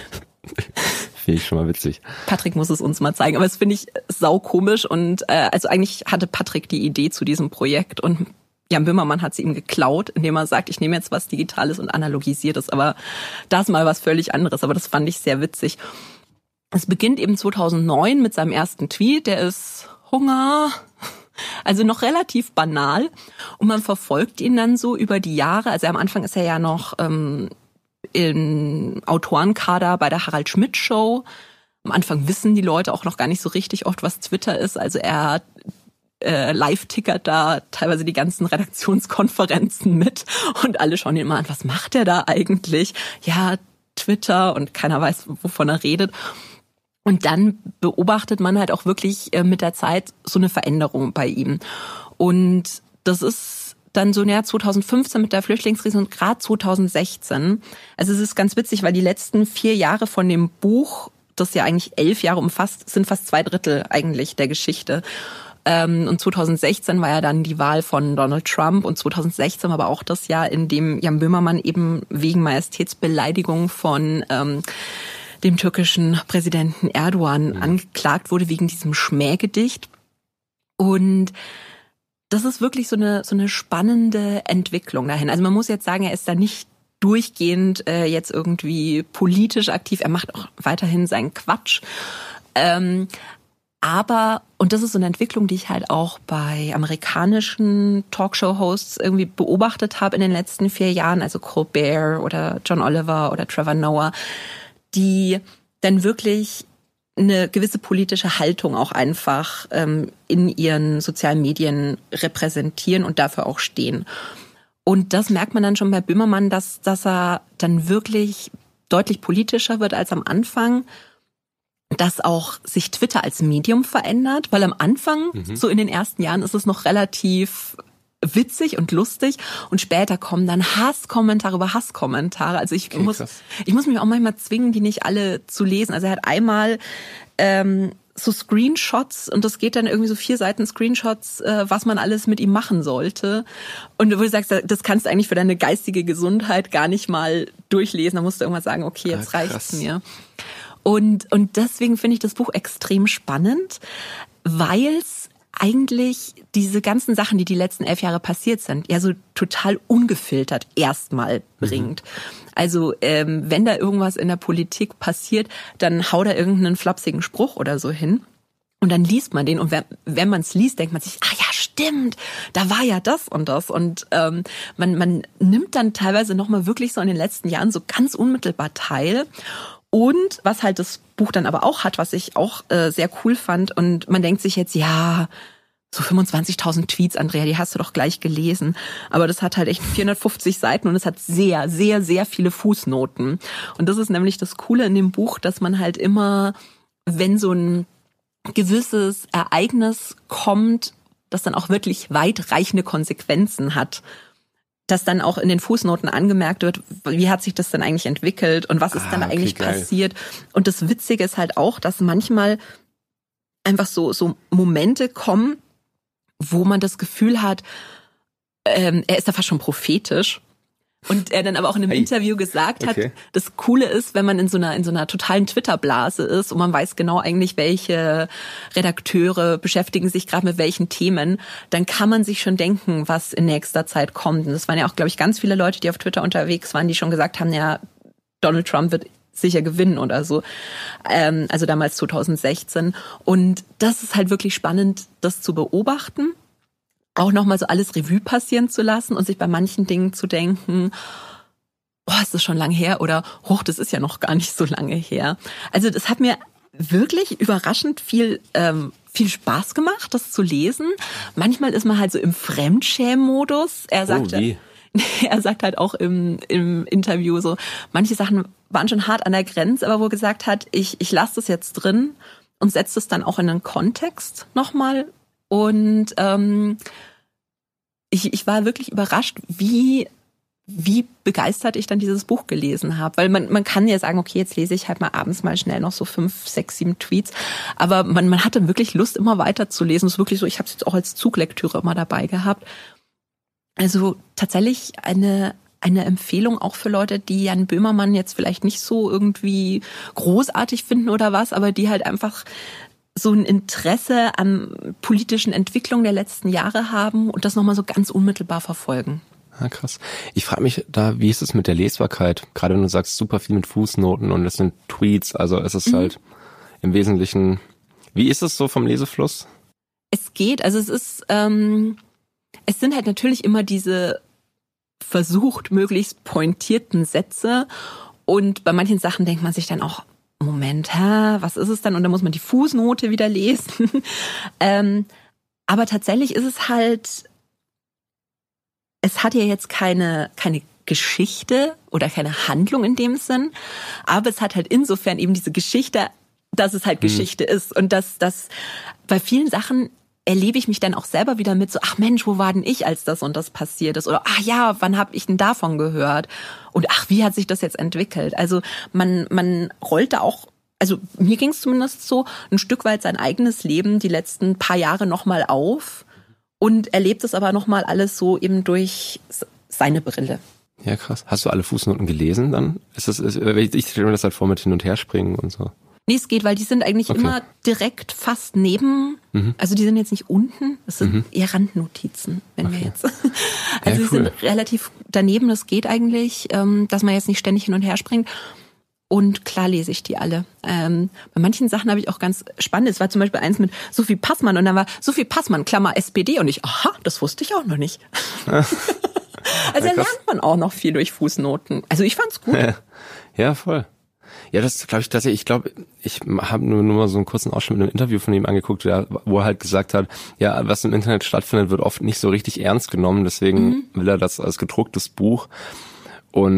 Finde ich schon mal witzig. Patrick muss es uns mal zeigen, aber das finde ich saukomisch und äh, also eigentlich hatte Patrick die Idee zu diesem Projekt und Jan Böhmermann hat sie ihm geklaut, indem er sagt, ich nehme jetzt was Digitales und analogisiere das, aber das ist mal was völlig anderes, aber das fand ich sehr witzig. Es beginnt eben zweitausendneun mit seinem ersten Tweet, der ist Hunger, also noch relativ banal und man verfolgt ihn dann so über die Jahre, also am Anfang ist er ja noch ähm, im Autorenkader bei der Harald Schmidt Show. Am Anfang wissen die Leute auch noch gar nicht so richtig oft, was Twitter ist. Also er äh, live-tickert da teilweise die ganzen Redaktionskonferenzen mit und alle schauen ihn immer an, was macht er da eigentlich? Ja, Twitter und keiner weiß, wovon er redet. Und dann beobachtet man halt auch wirklich äh, mit der Zeit so eine Veränderung bei ihm. Und das ist dann so näher zweitausendfünfzehn mit der Flüchtlingskrise und gerade zweitausendsechzehn. Also es ist ganz witzig, weil die letzten vier Jahre von dem Buch, das ja eigentlich elf Jahre umfasst, sind fast zwei Drittel eigentlich der Geschichte. Und zweitausendsechzehn war ja dann die Wahl von Donald Trump und zweitausendsechzehn war aber auch das Jahr, in dem Jan Böhmermann eben wegen Majestätsbeleidigung von ähm, dem türkischen Präsidenten Erdogan mhm. angeklagt wurde wegen diesem Schmähgedicht. Und das ist wirklich so eine so eine spannende Entwicklung dahin. Also man muss jetzt sagen, er ist da nicht durchgehend äh, jetzt irgendwie politisch aktiv. Er macht auch weiterhin seinen Quatsch. Ähm, aber, und das ist so eine Entwicklung, die ich halt auch bei amerikanischen Talkshow-Hosts irgendwie beobachtet habe in den letzten vier Jahren, also Colbert oder John Oliver oder Trevor Noah, die dann wirklich eine gewisse politische Haltung auch einfach ähm, in ihren sozialen Medien repräsentieren und dafür auch stehen. Und das merkt man dann schon bei Böhmermann, dass, dass er dann wirklich deutlich politischer wird als am Anfang. dass auch sich Twitter als Medium verändert, weil am Anfang, mhm. so in den ersten Jahren, ist es noch relativ witzig und lustig und später kommen dann Hasskommentare über Hasskommentare. Also ich okay, muss, krass. ich muss mich auch manchmal zwingen, die nicht alle zu lesen. Also er hat einmal ähm, so Screenshots und das geht dann irgendwie so vier Seiten Screenshots, äh, was man alles mit ihm machen sollte. Und wo du sagst, das kannst du eigentlich für deine geistige Gesundheit gar nicht mal durchlesen. Da musst du irgendwann sagen, okay, jetzt ah, reicht's mir. Und, und deswegen finde ich das Buch extrem spannend, weil es eigentlich diese ganzen Sachen, die die letzten elf Jahre passiert sind, ja so total ungefiltert erstmal bringt. Mhm. Also ähm, wenn da irgendwas in der Politik passiert, dann hau da irgendeinen flapsigen Spruch oder so hin. Und dann liest man den und wenn, wenn man es liest, denkt man sich, ah ja, stimmt, da war ja das und das. Und ähm, man, man nimmt dann teilweise nochmal wirklich so in den letzten Jahren so ganz unmittelbar teil. Und was halt das Buch dann aber auch hat, was ich auch äh, sehr cool fand, und man denkt sich jetzt, ja, so fünfundzwanzigtausend Tweets, Andrea, die hast du doch gleich gelesen. Aber das hat halt echt vierhundertfünfzig Seiten und es hat sehr, sehr, sehr viele Fußnoten. Und das ist nämlich das Coole in dem Buch, dass man halt immer, wenn so ein gewisses Ereignis kommt, das dann auch wirklich weitreichende Konsequenzen hat, dass dann auch in den Fußnoten angemerkt wird, wie hat sich das denn eigentlich entwickelt und was ist ah, dann okay, eigentlich geil. passiert. Und das Witzige ist halt auch, dass manchmal einfach so so Momente kommen, wo man das Gefühl hat, ähm, er ist da fast schon prophetisch. Und er dann aber auch in einem hey. Interview gesagt hat, okay. das Coole ist, wenn man in so einer in so einer totalen Twitter-Blase ist und man weiß genau eigentlich, welche Redakteure beschäftigen sich gerade mit welchen Themen, dann kann man sich schon denken, was in nächster Zeit kommt. Und das waren ja auch, glaube ich, ganz viele Leute, die auf Twitter unterwegs waren, die schon gesagt haben, ja, Donald Trump wird sicher gewinnen oder so. Ähm, also damals zwanzig sechzehn. Und das ist halt wirklich spannend, das zu beobachten. Auch nochmal so alles Revue passieren zu lassen und sich bei manchen Dingen zu denken, oh, ist das schon lange her oder hoch, das ist ja noch gar nicht so lange her. Also das hat mir wirklich überraschend viel ähm, viel Spaß gemacht, das zu lesen. Manchmal ist man halt so im Fremdschämen-Modus. Er sagt, oh, wie? Er sagt halt auch im, im Interview so, manche Sachen waren schon hart an der Grenze, aber wo er gesagt hat, ich, ich lasse das jetzt drin und setze es dann auch in einen Kontext nochmal. Und ähm, ich, ich war wirklich überrascht, wie wie begeistert ich dann dieses Buch gelesen habe. Weil man man kann ja sagen, okay, jetzt lese ich halt mal abends mal schnell noch so fünf, sechs, sieben Tweets. Aber man man hatte wirklich Lust, immer weiter zu lesen. Es ist wirklich so, ich habe es jetzt auch als Zuglektüre immer dabei gehabt. Also tatsächlich eine eine Empfehlung auch für Leute, die Jan Böhmermann jetzt vielleicht nicht so irgendwie großartig finden oder was, aber die halt einfach so ein Interesse an politischen Entwicklungen der letzten Jahre haben und das nochmal so ganz unmittelbar verfolgen. Ah, krass. Ich frage mich da, wie ist es mit der Lesbarkeit? Gerade wenn du sagst, super viel mit Fußnoten und das sind Tweets, also es ist mhm. halt im Wesentlichen, wie ist es so vom Lesefluss? Es geht, also es ist, ähm, es sind halt natürlich immer diese versucht möglichst pointierten Sätze und bei manchen Sachen denkt man sich dann auch, Moment, hä, was ist es dann? Und dann muss man die Fußnote wieder lesen. ähm, aber tatsächlich ist es halt, es hat ja jetzt keine, keine Geschichte oder keine Handlung in dem Sinn, aber es hat halt insofern eben diese Geschichte, dass es halt hm. Geschichte ist und dass, dass bei vielen Sachen erlebe ich mich dann auch selber wieder mit so, ach Mensch, wo war denn ich, als das und das passiert ist? Oder ach ja, wann habe ich denn davon gehört? Und ach, wie hat sich das jetzt entwickelt? Also man man rollt da auch, also mir ging es zumindest so, ein Stück weit sein eigenes Leben die letzten paar Jahre nochmal auf und erlebt es aber nochmal alles so eben durch seine Brille. Ja, krass. Hast du alle Fußnoten gelesen dann? Ist das, ist, ich stelle mir das halt vor mit hin und her springen und so. Nee, es geht, weil die sind eigentlich okay. immer direkt fast neben, mhm. also die sind jetzt nicht unten, das sind mhm. eher Randnotizen, wenn okay. wir jetzt, also ja, die cool. sind relativ daneben, das geht eigentlich, ähm, dass man jetzt nicht ständig hin und her springt und klar lese ich die alle. Ähm, bei manchen Sachen habe ich auch ganz spannend, es war zum Beispiel eins mit Sophie Passmann und dann war Sophie Passmann, Klammer S P D und ich, aha, das wusste ich auch noch nicht. also da lernt man auch noch viel durch Fußnoten, also ich fand's gut. Ja, ja voll. Ja, das glaube ich tatsächlich. Ich glaube, ich habe nur, nur mal so einen kurzen Ausschnitt mit einem Interview von ihm angeguckt, der, wo er halt gesagt hat, ja, was im Internet stattfindet, wird oft nicht so richtig ernst genommen. Deswegen mhm. will er das als gedrucktes Buch. Und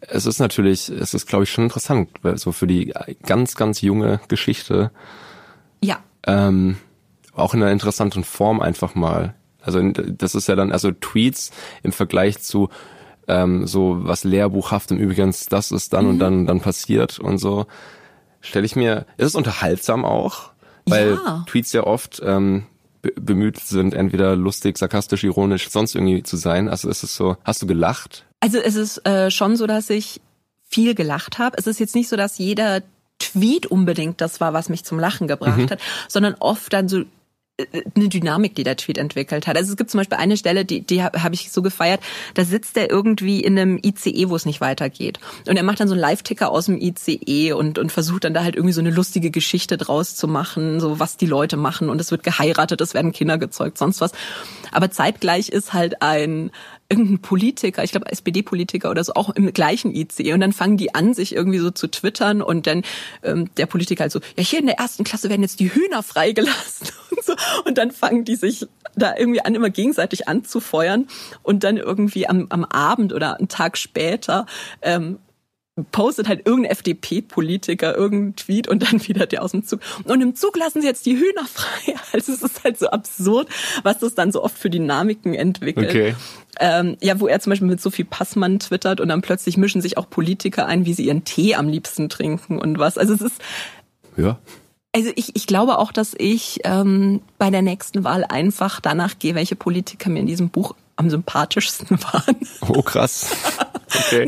es ist natürlich, es ist, glaube ich, schon interessant, weil so für die ganz, ganz junge Geschichte. Ja. Ähm, auch in einer interessanten Form einfach mal. Also das ist ja dann, also Tweets im Vergleich zu ähm, so was Lehrbuchhaftem, übrigens, das ist dann mhm. und dann dann passiert und so, stelle ich mir, ist es unterhaltsam auch, weil ja. Tweets ja oft ähm, be- bemüht sind, entweder lustig, sarkastisch, ironisch, sonst irgendwie zu sein. Also ist es so, hast du gelacht? Also es ist äh, schon so, dass ich viel gelacht habe. Es ist jetzt nicht so, dass jeder Tweet unbedingt das war, was mich zum Lachen gebracht mhm. hat, sondern oft dann so eine Dynamik, die der Tweet entwickelt hat. Also es gibt zum Beispiel eine Stelle, die, die habe ich so gefeiert, da sitzt er irgendwie in einem I C E, wo es nicht weitergeht. Und er macht dann so einen Live-Ticker aus dem I C E und, und versucht dann da halt irgendwie so eine lustige Geschichte draus zu machen, so was die Leute machen. Und es wird geheiratet, es werden Kinder gezeugt, sonst was. Aber zeitgleich ist halt ein irgendein Politiker, ich glaube S P D-Politiker oder so, auch im gleichen I C E. Und dann fangen die an, sich irgendwie so zu twittern und dann ähm, der Politiker halt so, ja, hier in der ersten Klasse werden jetzt die Hühner freigelassen und so. Und dann fangen die sich da irgendwie an, immer gegenseitig anzufeuern. Und dann irgendwie am, am Abend oder einen Tag später ähm, postet halt irgendein F D P-Politiker irgendeinen Tweet und dann wieder der aus dem Zug. Und im Zug lassen sie jetzt die Hühner frei. Also es ist halt so absurd, was das dann so oft für Dynamiken entwickelt. Okay. Ähm, ja, wo er zum Beispiel mit Sophie Passmann twittert und dann plötzlich mischen sich auch Politiker ein, wie sie ihren Tee am liebsten trinken und was. Also es ist... Ja. Also ich, ich glaube auch, dass ich ähm, bei der nächsten Wahl einfach danach gehe, welche Politiker mir in diesem Buch am sympathischsten waren. Oh, krass. Okay. Nee.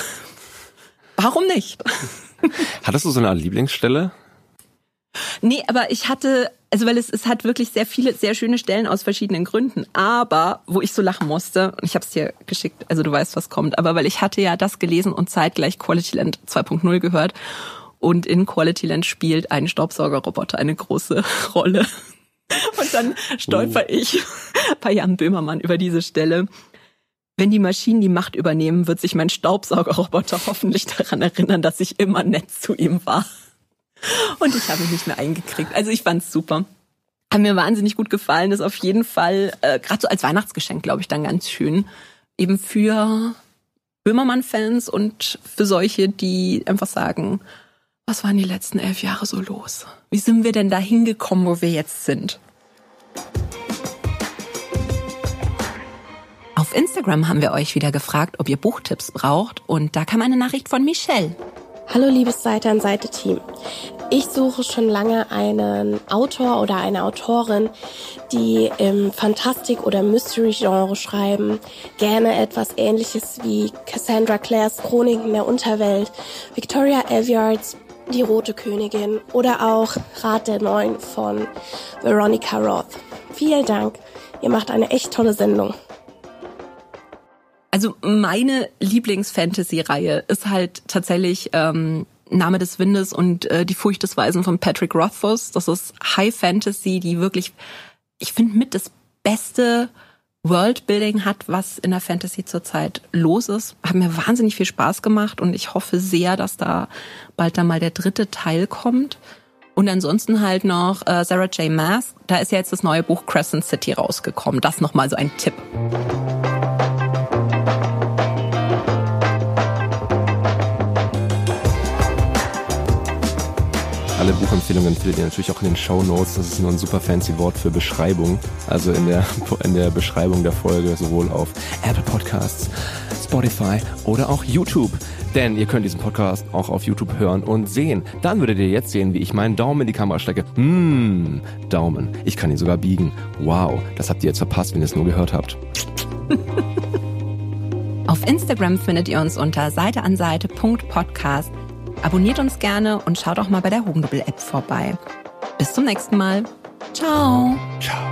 Warum nicht? Hattest du so eine Art Lieblingsstelle? Nee, aber ich hatte, also weil es, es hat wirklich sehr viele, sehr schöne Stellen aus verschiedenen Gründen. Aber, wo ich so lachen musste, und ich habe es dir geschickt, also du weißt, was kommt, aber weil ich hatte ja das gelesen und zeitgleich Quality Land zwei Punkt null gehört. Und in Quality Land spielt ein Staubsaugerroboter eine große Rolle. Und dann stolper oh. ich bei Jan Böhmermann über diese Stelle. Wenn die Maschinen die Macht übernehmen, wird sich mein Staubsaugerroboter hoffentlich daran erinnern, dass ich immer nett zu ihm war. Und ich habe mich nicht mehr eingekriegt. Also ich fand's super. Hat mir wahnsinnig gut gefallen. Ist auf jeden Fall, äh, gerade so als Weihnachtsgeschenk, glaube ich, dann ganz schön. Eben für Böhmermann-Fans und für solche, die einfach sagen, was waren die letzten elf Jahre so los? Wie sind wir denn da hingekommen, wo wir jetzt sind? Auf Instagram haben wir euch wieder gefragt, ob ihr Buchtipps braucht. Und da kam eine Nachricht von Michelle. Hallo liebes Seite-an-Seite-Team. Ich suche schon lange einen Autor oder eine Autorin, die im Fantastik- oder Mystery-Genre schreiben. Gerne etwas Ähnliches wie Cassandra Clares Chroniken der Unterwelt, Victoria Aveyards Die Rote Königin oder auch Rat der Neun von Veronica Roth. Vielen Dank. Ihr macht eine echt tolle Sendung. Also meine Lieblings-Fantasy-Reihe ist halt tatsächlich ähm, Name des Windes und äh, Die Furcht des Weisen von Patrick Rothfuss. Das ist High Fantasy, die wirklich, ich finde, mit das beste Worldbuilding hat, was in der Fantasy zurzeit los ist. Hat mir wahnsinnig viel Spaß gemacht und ich hoffe sehr, dass da bald dann mal der dritte Teil kommt. Und ansonsten halt noch äh, Sarah J. Maas. Da ist ja jetzt das neue Buch Crescent City rausgekommen. Das nochmal so ein Tipp. Alle Buchempfehlungen findet ihr natürlich auch in den Shownotes. Das ist nur ein super fancy Wort für Beschreibung. Also in der, in der Beschreibung der Folge sowohl auf Apple Podcasts, Spotify oder auch YouTube. Denn ihr könnt diesen Podcast auch auf YouTube hören und sehen. Dann würdet ihr jetzt sehen, wie ich meinen Daumen in die Kamera stecke. Mmh, Daumen. Ich kann ihn sogar biegen. Wow, das habt ihr jetzt verpasst, wenn ihr es nur gehört habt. Auf Instagram findet ihr uns unter seiteanseite punkt podcast. Abonniert uns gerne und schaut auch mal bei der Hugendubel-App vorbei. Bis zum nächsten Mal. Ciao. Ciao.